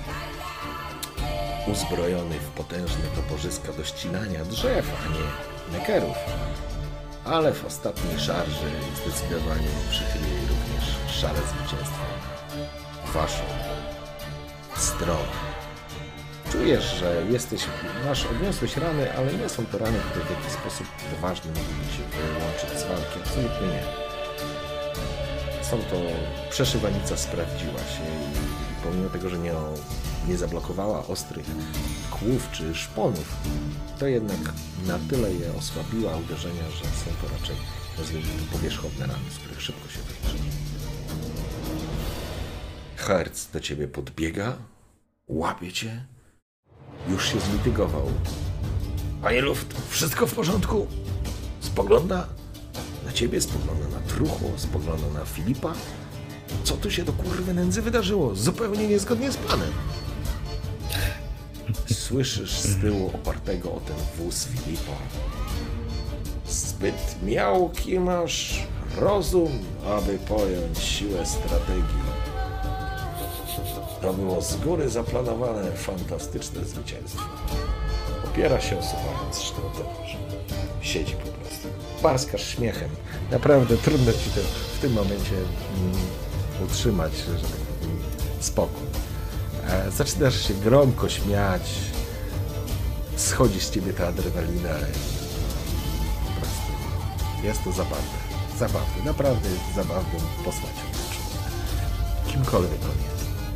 uzbrojony w potężne toporzyska do ścinania drzew, a nie Neckerów. Ale w ostatniej szarży zdecydowanie przychylili również szale zwycięstwa na waszą stronę. Czujesz, że jesteś, masz, odniosłeś rany, ale nie są to rany, które w jakiś sposób ważny mogłyby się wyłączyć z walki. Absolutnie nie. Są to, przeszywanica sprawdziła się i pomimo tego, że nie, nie zablokowała ostrych kłów czy szponów, to jednak na tyle je osłabiła uderzenia, że są to raczej, nazwijmy to, powierzchowne rany, z których szybko się wyleczy. Herc do ciebie podbiega, łapie cię, już się zmitygował. Panie Luft, wszystko w porządku? Spogląda na ciebie, spogląda na truchło, spogląda na Filipa. Co tu się do kurwy nędzy wydarzyło? Zupełnie niezgodnie z planem. Słyszysz z tyłu opartego o ten wóz Filipa. Zbyt miałki masz rozum, aby pojąć siłę strategii. To było z góry zaplanowane, fantastyczne zwycięstwo. Opiera się, osuwając sztyletem. Siedzi po prostu. Parskasz śmiechem. Naprawdę trudno ci to w tym momencie mm, utrzymać, że tak powiem, spokój. E, zaczynasz się gromko śmiać. Schodzi z ciebie ta adrenalina. Po prostu jest to zabawne. Zabawne. Naprawdę jest zabawną postacią. Kimkolwiek on jest.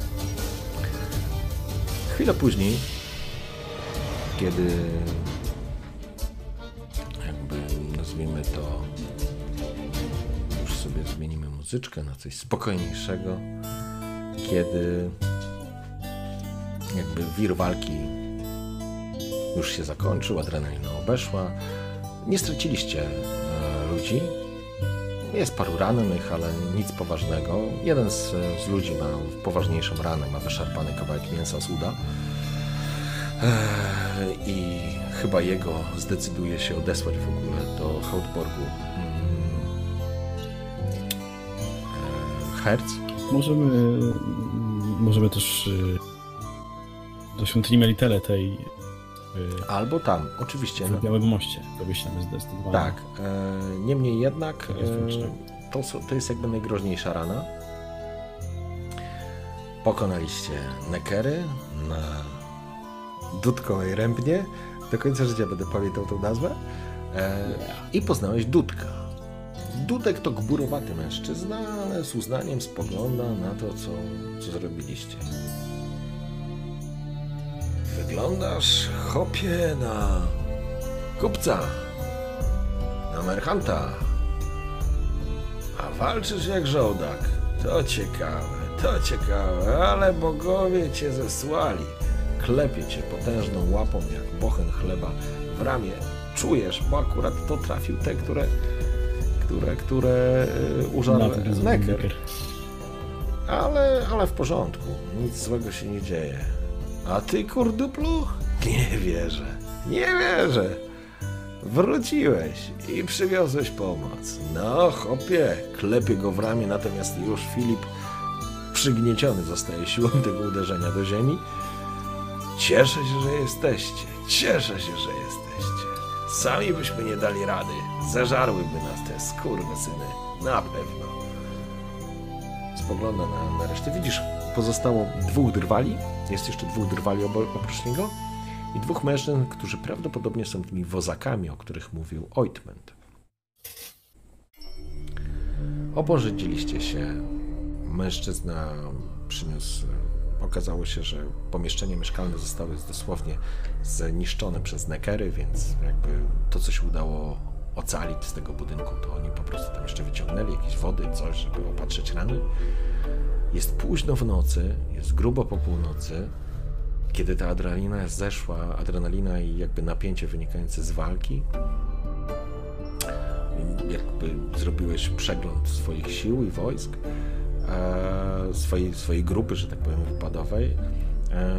Chwilę później, kiedy jakby nazwijmy to, już sobie zmienimy muzyczkę na coś spokojniejszego, kiedy jakby wir walki już się zakończył, adrenalina obeszła, nie straciliście e, ludzi, jest paru rannych, ale nic poważnego. Jeden z, z ludzi ma poważniejszą ranę, ma wyszarpany kawałek mięsa z uda. Eee, I chyba jego zdecyduje się odesłać w ogóle do Hautborgu eee, Herc. Możemy, możemy też do świątyni Melitele tej W, Albo tam, oczywiście. W Białym Moście, to byś tam zdecydowanie. Tak. E, niemniej jednak e, to, to jest jakby najgroźniejsza rana. Pokonaliście Nekery na Dudkowej Rębnie. Do końca życia będę pamiętał tą nazwę. E, I poznałeś Dudka. Dudek to gburowaty mężczyzna, ale z uznaniem spogląda na to, co, co zrobiliście. Wyglądasz, chopie, na kupca, na merchanta, a walczysz jak żołdak. To ciekawe, to ciekawe, ale bogowie cię zesłali. Klepie cię potężną łapą jak bochen chleba w ramię. Czujesz, bo akurat to trafił te, które, które, które użarł Neker. Ale, ale w porządku, nic złego się nie dzieje. A ty, kurduplu? Nie wierzę, nie wierzę. Wróciłeś i przywiozłeś pomoc. No, chopie, klepie go w ramię, natomiast już Filip przygnieciony zostaje siłą tego uderzenia do ziemi. Cieszę się, że jesteście, cieszę się, że jesteście. Sami byśmy nie dali rady, zeżarłyby nas te skurwysyny, na pewno. Spogląda na, na resztę. Widzisz, pozostało dwóch drwali, jest jeszcze dwóch drwali oprócz niego i dwóch mężczyzn, którzy prawdopodobnie są tymi wozakami, o których mówił Ointment. Oporządziliście się. Mężczyzna przyniósł... Okazało się, że pomieszczenia mieszkalne zostały dosłownie zniszczone przez Nekery, więc jakby to, co się udało ocalić z tego budynku, to oni po prostu tam jeszcze wyciągnęli jakieś wody, coś, żeby opatrzyć rany. Jest późno w nocy, jest grubo po północy, kiedy ta adrenalina zeszła, adrenalina i jakby napięcie wynikające z walki. Jakby zrobiłeś przegląd swoich sił i wojsk, e, swojej, swojej grupy, że tak powiem, wypadowej. E,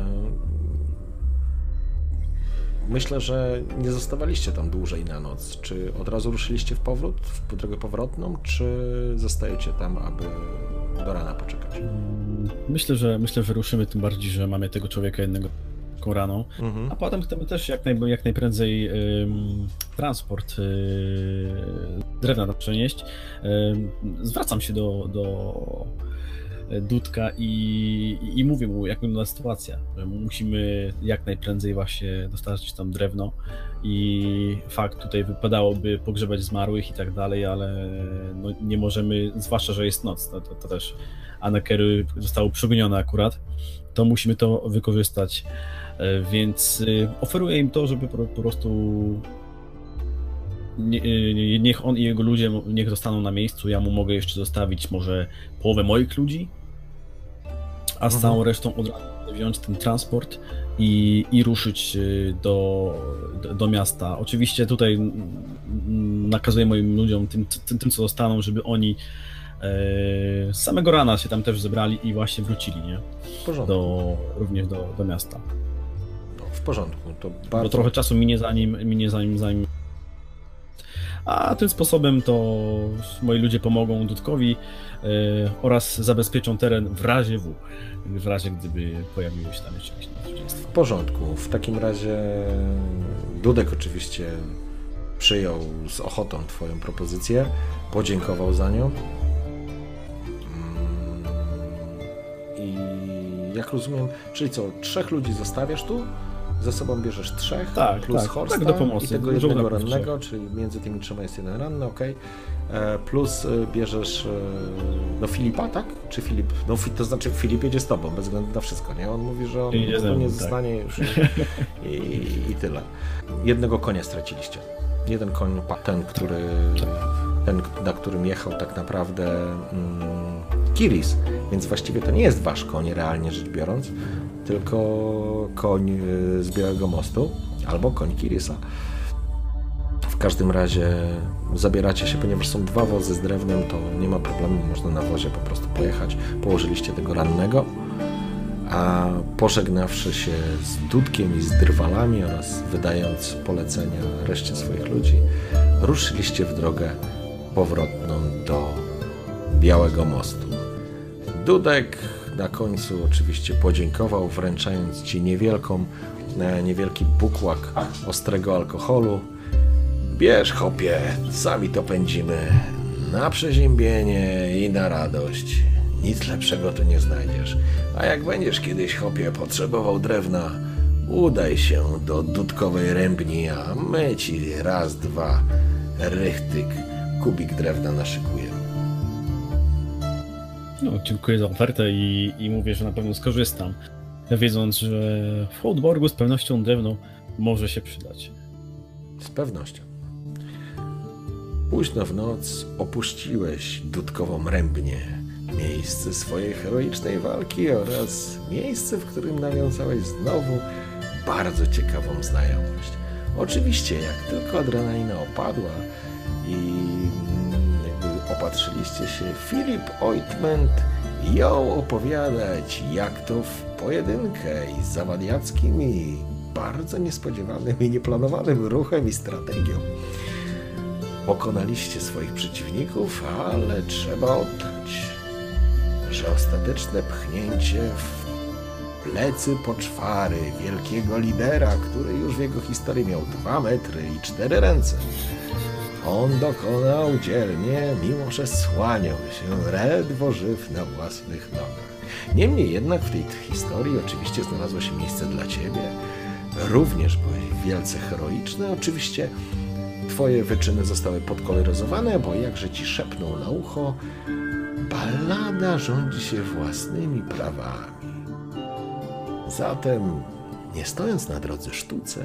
myślę, że nie zostawaliście tam dłużej na noc. Czy od razu ruszyliście w powrót, w drogę powrotną, czy zostajecie tam, aby do rana poczekać? Myślę, że myślę, że ruszymy, tym bardziej, że mamy tego człowieka jednego raną, mhm. a potem chcemy też jak, naj, jak najprędzej ym, transport yy, drewna przenieść. Yy, zwracam się do, do Dudka i, i mówię mu, jak wygląda sytuacja, że musimy jak najprędzej właśnie dostarczyć tam drewno i fakt, tutaj wypadałoby pogrzebać zmarłych i tak dalej, ale no, nie możemy, zwłaszcza, że jest noc, to, to, to też a Nekery zostało przegonione akurat, to musimy to wykorzystać, więc oferuję im to, żeby po, po prostu nie, niech on i jego ludzie niech zostaną na miejscu, ja mu mogę jeszcze zostawić może połowę moich ludzi, a z mhm. całą resztą od razu wziąć ten transport i, i ruszyć do, do, do miasta. Oczywiście tutaj nakazuję moim ludziom, tym, tym, tym co zostaną, żeby oni e, z samego rana się tam też zebrali i właśnie wrócili, nie? W porządku. Do, również do, do miasta. No, w porządku. To bardzo... Bo trochę czasu minie zanim, minie zanim, zanim a tym sposobem to moi ludzie pomogą Dudkowi yy, oraz zabezpieczą teren w razie W, w razie gdyby pojawiło się tam jeszcze jakieś niebezpieczeństwo. W porządku. W takim razie Dudek oczywiście przyjął z ochotą twoją propozycję, podziękował za nią. I jak rozumiem, czyli co, trzech ludzi zostawiasz tu? Ze sobą bierzesz trzech, tak, plus tak, Horsta tak do pomocy. i tego jednego rannego, czyli między tymi trzema jest jeden ranny, ok. E, plus bierzesz e, no Filipa, tak? Czy Filip? No to znaczy Filip jedzie z tobą, bez względu na wszystko, nie? On mówi, że on to nie zostanie tak. już i, i, i tyle. Jednego konia straciliście. Jeden koń, ten, który, ten, na którym jechał tak naprawdę mm, Kiris, więc właściwie to nie jest wasz koń, realnie rzecz biorąc, tylko koń z Białego Mostu, albo koń Kirisa. W każdym razie zabieracie się, ponieważ są dwa wozy z drewnem, to nie ma problemu, można na wozie po prostu pojechać. Położyliście tego rannego, a pożegnawszy się z Dudkiem i z drwalami oraz wydając polecenia reszcie swoich ludzi, ruszyliście w drogę powrotną do Białego Mostu. Dudek na końcu oczywiście podziękował, wręczając ci niewielką, niewielki bukłak ostrego alkoholu. Bierz, chopie, sami to pędzimy. Na przeziębienie i na radość. Nic lepszego tu nie znajdziesz. A jak będziesz kiedyś, chopie, potrzebował drewna, udaj się do Dudkowej Rębni, a my ci raz, dwa, rychtyk, kubik drewna naszykujemy. No, dziękuję za ofertę i, i mówię, że na pewno skorzystam, wiedząc, że w Hołdborgu z pewnością drewno może się przydać. Z pewnością. Późno w noc opuściłeś Dudkową Rębnię, miejsce swojej heroicznej walki oraz miejsce, w którym nawiązałeś znowu bardzo ciekawą znajomość. Oczywiście, jak tylko adrenalina opadła i jakby opatrzyliście się, Filip Ointment jął opowiadać, jak to w pojedynkę i z zawadiackim i bardzo niespodziewanym i nieplanowanym ruchem i strategią pokonaliście swoich przeciwników, ale trzeba oddać, że ostateczne pchnięcie w plecy poczwary wielkiego lidera, który już w jego historii miał dwa metry i cztery ręce, on dokonał dzielnie, mimo że słaniał się ledwo żyw na własnych nogach. Niemniej jednak w tej historii oczywiście znalazło się miejsce dla ciebie. Również byłeś wielce heroiczny. Oczywiście twoje wyczyny zostały podkoloryzowane, bo jakże ci szepnął na ucho, ballada rządzi się własnymi prawami. Zatem, nie stojąc na drodze sztuce,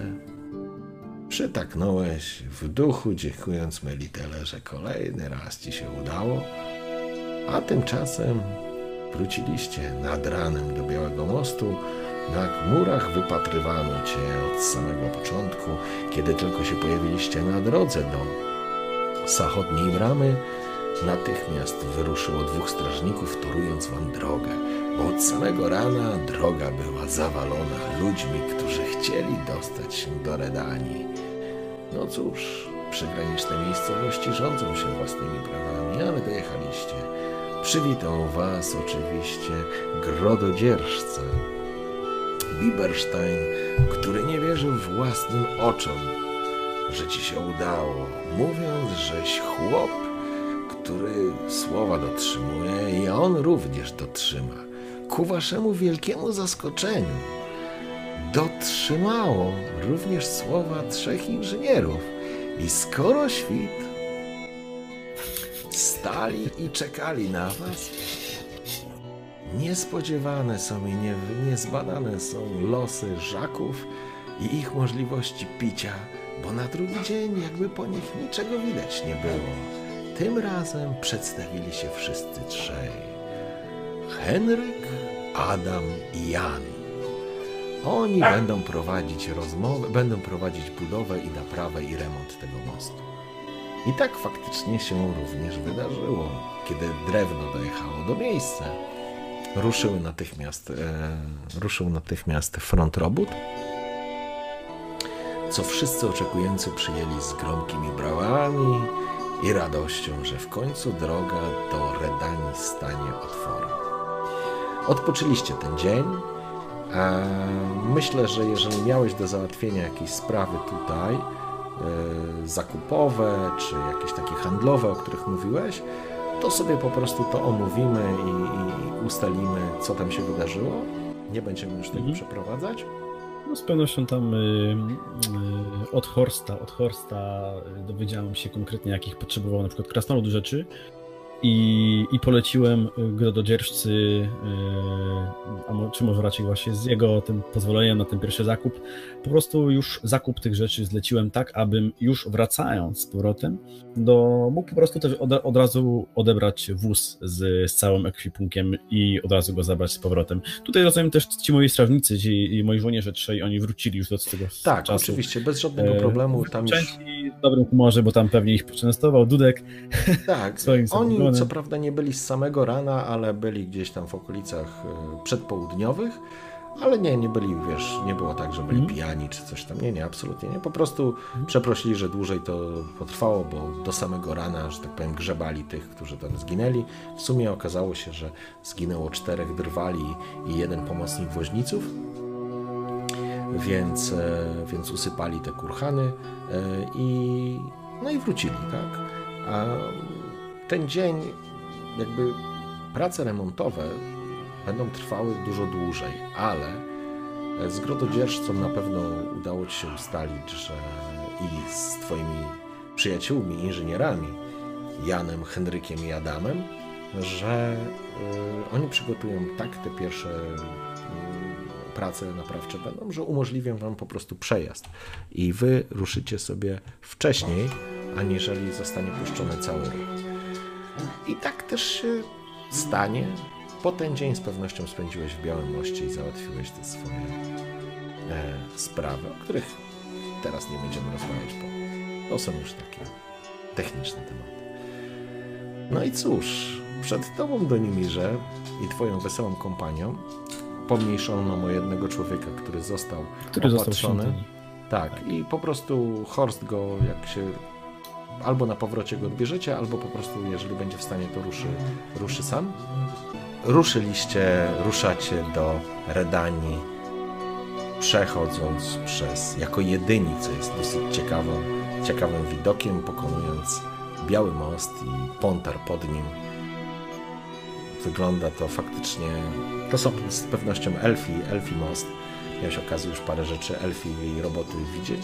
przytaknąłeś w duchu, dziękując Melitele, że kolejny raz ci się udało, a tymczasem wróciliście nad ranem do Białego Mostu. Na chmurach wypatrywano cię od samego początku, kiedy tylko się pojawiliście na drodze do zachodniej bramy. Natychmiast wyruszyło dwóch strażników, torując wam drogę, bo od samego rana droga była zawalona ludźmi, którzy chcieli dostać się do Redanii. No cóż, przygraniczne miejscowości rządzą się własnymi prawami, ale dojechaliście. Przywitał was oczywiście grododzierżca Biberstein, który nie wierzył własnym oczom, że ci się udało, mówiąc, żeś chłop, który słowa dotrzymuje i on również dotrzyma. Ku waszemu wielkiemu zaskoczeniu dotrzymało również słowa trzech inżynierów i skoro świt stali i czekali na was, niespodziewane są i nie, niezbadane są losy żaków i ich możliwości picia, bo na drugi dzień jakby po nich niczego widać nie było. Tym razem przedstawili się wszyscy trzej. Henryk, Adam i Jan. Oni będą prowadzić rozmowę, będą prowadzić budowę i naprawę i remont tego mostu. I tak faktycznie się również wydarzyło. Kiedy drewno dojechało do miejsca, ruszyły natychmiast, e, ruszył natychmiast front robót, co wszyscy oczekujący przyjęli z gromkimi brawami i radością, że w końcu droga do Redanii stanie otworem. Odpoczyliście ten dzień. E, myślę, że jeżeli miałeś do załatwienia jakieś sprawy tutaj, e, zakupowe czy jakieś takie handlowe, o których mówiłeś, to sobie po prostu to omówimy i, i ustalimy, co tam się wydarzyło. Nie będziemy już tego mhm. przeprowadzać. No z pewnością tam y, y, od Horsta, od Horsta dowiedziałem się konkretnie, jakich potrzebował na przykład krasnolud rzeczy i, i poleciłem grododzierżcy, y, a mo, czy może raczej właśnie z jego tym pozwoleniem na ten pierwszy zakup, po prostu już zakup tych rzeczy zleciłem tak, abym już wracając z powrotem, do, mógł po prostu też od, od razu odebrać wóz z, z całym ekwipunkiem i od razu go zabrać z powrotem. Tutaj rozumiem też ci moi strażnicy, ci moi żołnierze trzej, oni wrócili już do tego tak, czasu. Tak, oczywiście, bez żadnego problemu. Tam już... w dobrym humorze, bo tam pewnie ich poczęstował Dudek. Tak, swoim oni co prawda nie byli z samego rana, ale byli gdzieś tam w okolicach przedpołudniowych, ale nie, nie byli, wiesz, nie było tak, że byli Mhm. pijani czy coś tam. Nie, nie, absolutnie nie. Po prostu przeprosili, że dłużej to potrwało, bo do samego rana, że tak powiem, grzebali tych, którzy tam zginęli. W sumie okazało się, że zginęło czterech drwali i jeden pomocnik woźniców, więc, e, więc usypali te kurhany e, i no i wrócili, tak? A ten dzień, jakby prace remontowe będą trwały dużo dłużej, ale z grododzierżcą na pewno udało ci się ustalić, że i z twoimi przyjaciółmi, inżynierami, Janem, Henrykiem i Adamem, że y, oni przygotują tak te pierwsze y, prace naprawcze będą, że umożliwią wam po prostu przejazd i wy ruszycie sobie wcześniej, aniżeli zostanie puszczony cały ruch. I tak też się stanie. Po ten dzień z pewnością spędziłeś w Białym Moście i załatwiłeś te swoje e, sprawy, o których teraz nie będziemy rozmawiać, bo to są już takie techniczne tematy. No i cóż, przed tobą, Donimirze, i twoją wesołą kompanią pomniejszono o jednego człowieka, który został Który został opatrzony. w świątyni. Tak, i po prostu Horst go, jak się albo na powrocie go odbierzecie, albo po prostu, jeżeli będzie w stanie, to ruszy, ruszy sam. Ruszyliście, ruszacie do Redanii, przechodząc przez, jako jedyni, co jest dosyć ciekawą, ciekawym widokiem, pokonując Biały Most i Pontar pod nim. Wygląda to faktycznie, to są z pewnością elfi, elfi most. Miałeś okazję już parę rzeczy elfi i roboty widzieć.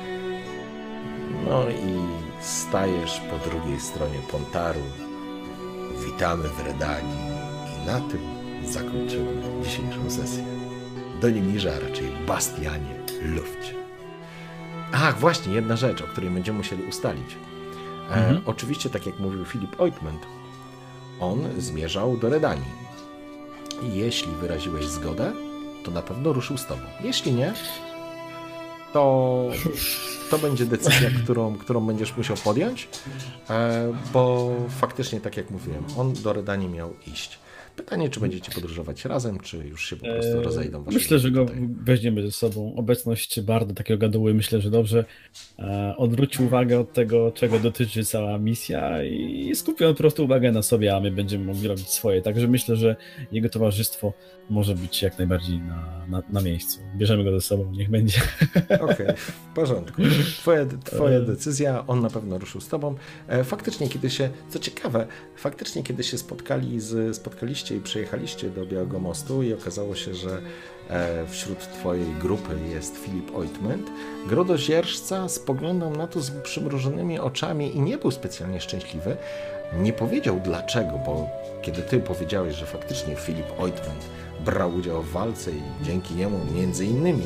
No i stajesz po drugiej stronie Pontaru. Witamy w Redanii. I na tym zakończymy dzisiejszą sesję. Donimirze, a raczej Bastianie Lufcie. Ach, właśnie, jedna rzecz, o której będziemy musieli ustalić. Mhm. E, oczywiście, tak jak mówił Filip Oitment, on zmierzał do Redanii. I jeśli wyraziłeś zgodę, to na pewno ruszył z tobą. Jeśli nie, to, to będzie decyzja, którą, którą będziesz musiał podjąć, e, bo faktycznie, tak jak mówiłem, on do Redanii miał iść. Pytanie, czy będziecie podróżować razem, czy już się po prostu rozejdą wasze Myślę, że go tutaj. weźmiemy ze sobą. Obecność bardzo takiego gaduły, myślę, że dobrze e, odwróci uwagę od tego, czego dotyczy cała misja i skupi on po prostu uwagę na sobie, a my będziemy mogli robić swoje. Także myślę, że jego towarzystwo może być jak najbardziej na, na, na miejscu. Bierzemy go ze sobą, niech będzie. Okej, okay, w porządku. Twoja, twoja decyzja, on na pewno ruszył z tobą. Faktycznie, kiedy się, co ciekawe, faktycznie, kiedy się spotkali z, spotkaliście i przyjechaliście do Białego Mostu i okazało się, że wśród twojej grupy jest Filip Oitment, grododzierżca spoglądał na to z przymrużonymi oczami i nie był specjalnie szczęśliwy. Nie powiedział dlaczego, bo kiedy ty powiedziałeś, że faktycznie Filip Oitment brał udział w walce i dzięki niemu między innymi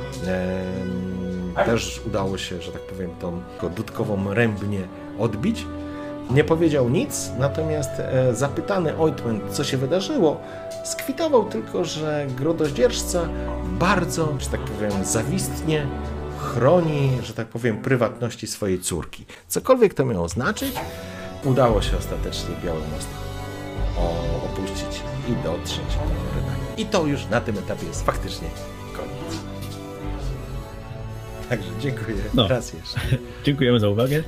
e, też udało się, że tak powiem, tą dudkową rębnię odbić. Nie powiedział nic, natomiast e, zapytany Oitment, co się wydarzyło, skwitował tylko, że grododzierżca bardzo, że tak powiem, zawistnie chroni, że tak powiem, prywatności swojej córki. Cokolwiek to miało znaczyć, udało się ostatecznie Biały Most opuścić i dotrzeć do Redanii. I to już na tym etapie jest faktycznie koniec. Także dziękuję No. raz jeszcze. Dziękujemy za uwagę.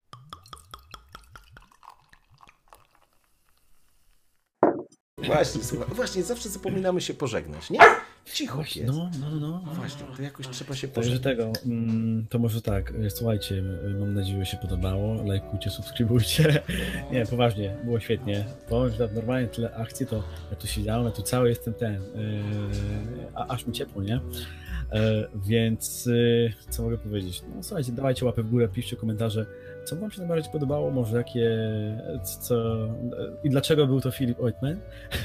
Właśnie, słuchaj, właśnie zawsze zapominamy się pożegnać, nie? Cicho Właśnie, jest. no, no, no. no. Właśnie, to jakoś trzeba się Także pożegnać. tego, mm, to może tak, słuchajcie, mam nadzieję, że się podobało, lajkujcie, subskrybujcie. Nie, poważnie, było świetnie. Powiem, że normalnie tyle akcji, to ja tu siedziałem, ja tu cały jestem ten, yy, a, aż mi ciepło, nie? Yy, więc yy, co mogę powiedzieć? No słuchajcie, dawajcie łapę w górę, piszcie komentarze, co wam się najbardziej podobało, może jakie, co i dlaczego był to Filip Oitment.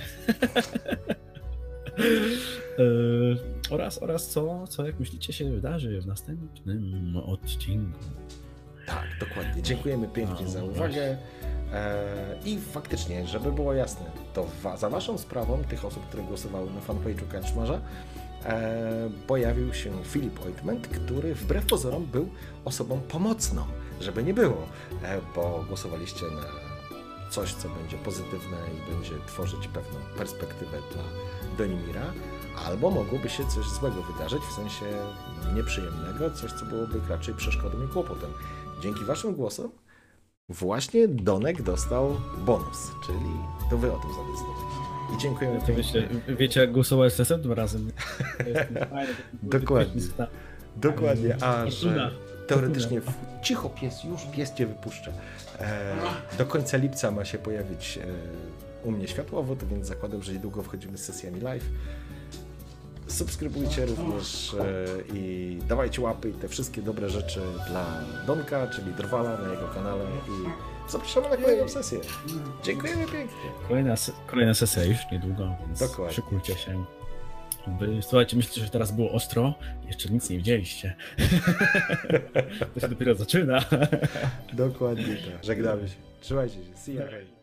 Yy, oraz, oraz co, co, jak myślicie, się wydarzy w następnym odcinku. Tak, dokładnie. Dziękujemy pięknie No, za uwagę. E, I faktycznie, żeby było jasne, to wa za waszą sprawą, tych osób, które głosowały na fanpage'u Kaczmarza, e, pojawił się Filip Oitment, który wbrew pozorom był osobą pomocną, żeby nie było, e, bo głosowaliście na coś, co będzie pozytywne i będzie tworzyć pewną perspektywę dla Donimira, albo mogłoby się coś złego wydarzyć, w sensie nieprzyjemnego, coś, co byłoby raczej przeszkodą i kłopotem. Dzięki waszym głosom właśnie Donek dostał bonus, czyli to wy o tym zadecydowaliście. I dziękujemy To pięknie. wiecie, wiecie jak głosował S S M tym razem? Dokładnie. Dokładnie, a że Fortuna. teoretycznie w... cicho pies, już pies cię wypuszcza. E, do końca lipca ma się pojawić e, u mnie światłowód, więc zakładam, że niedługo wchodzimy z sesjami live. Subskrybujcie również e, i dawajcie łapy i te wszystkie dobre rzeczy dla Donka, czyli Drwala na jego kanale i zapraszamy na kolejną sesję. Dziękujemy pięknie. Kolejna, se- kolejna sesja już niedługo, więc Dokładnie. szykujcie się. By, słuchajcie, myślicie, że teraz było ostro? Jeszcze nic nie widzieliście. To się dopiero zaczyna. Dokładnie tak. Żegnamy się. Trzymajcie się. See ya. Hej.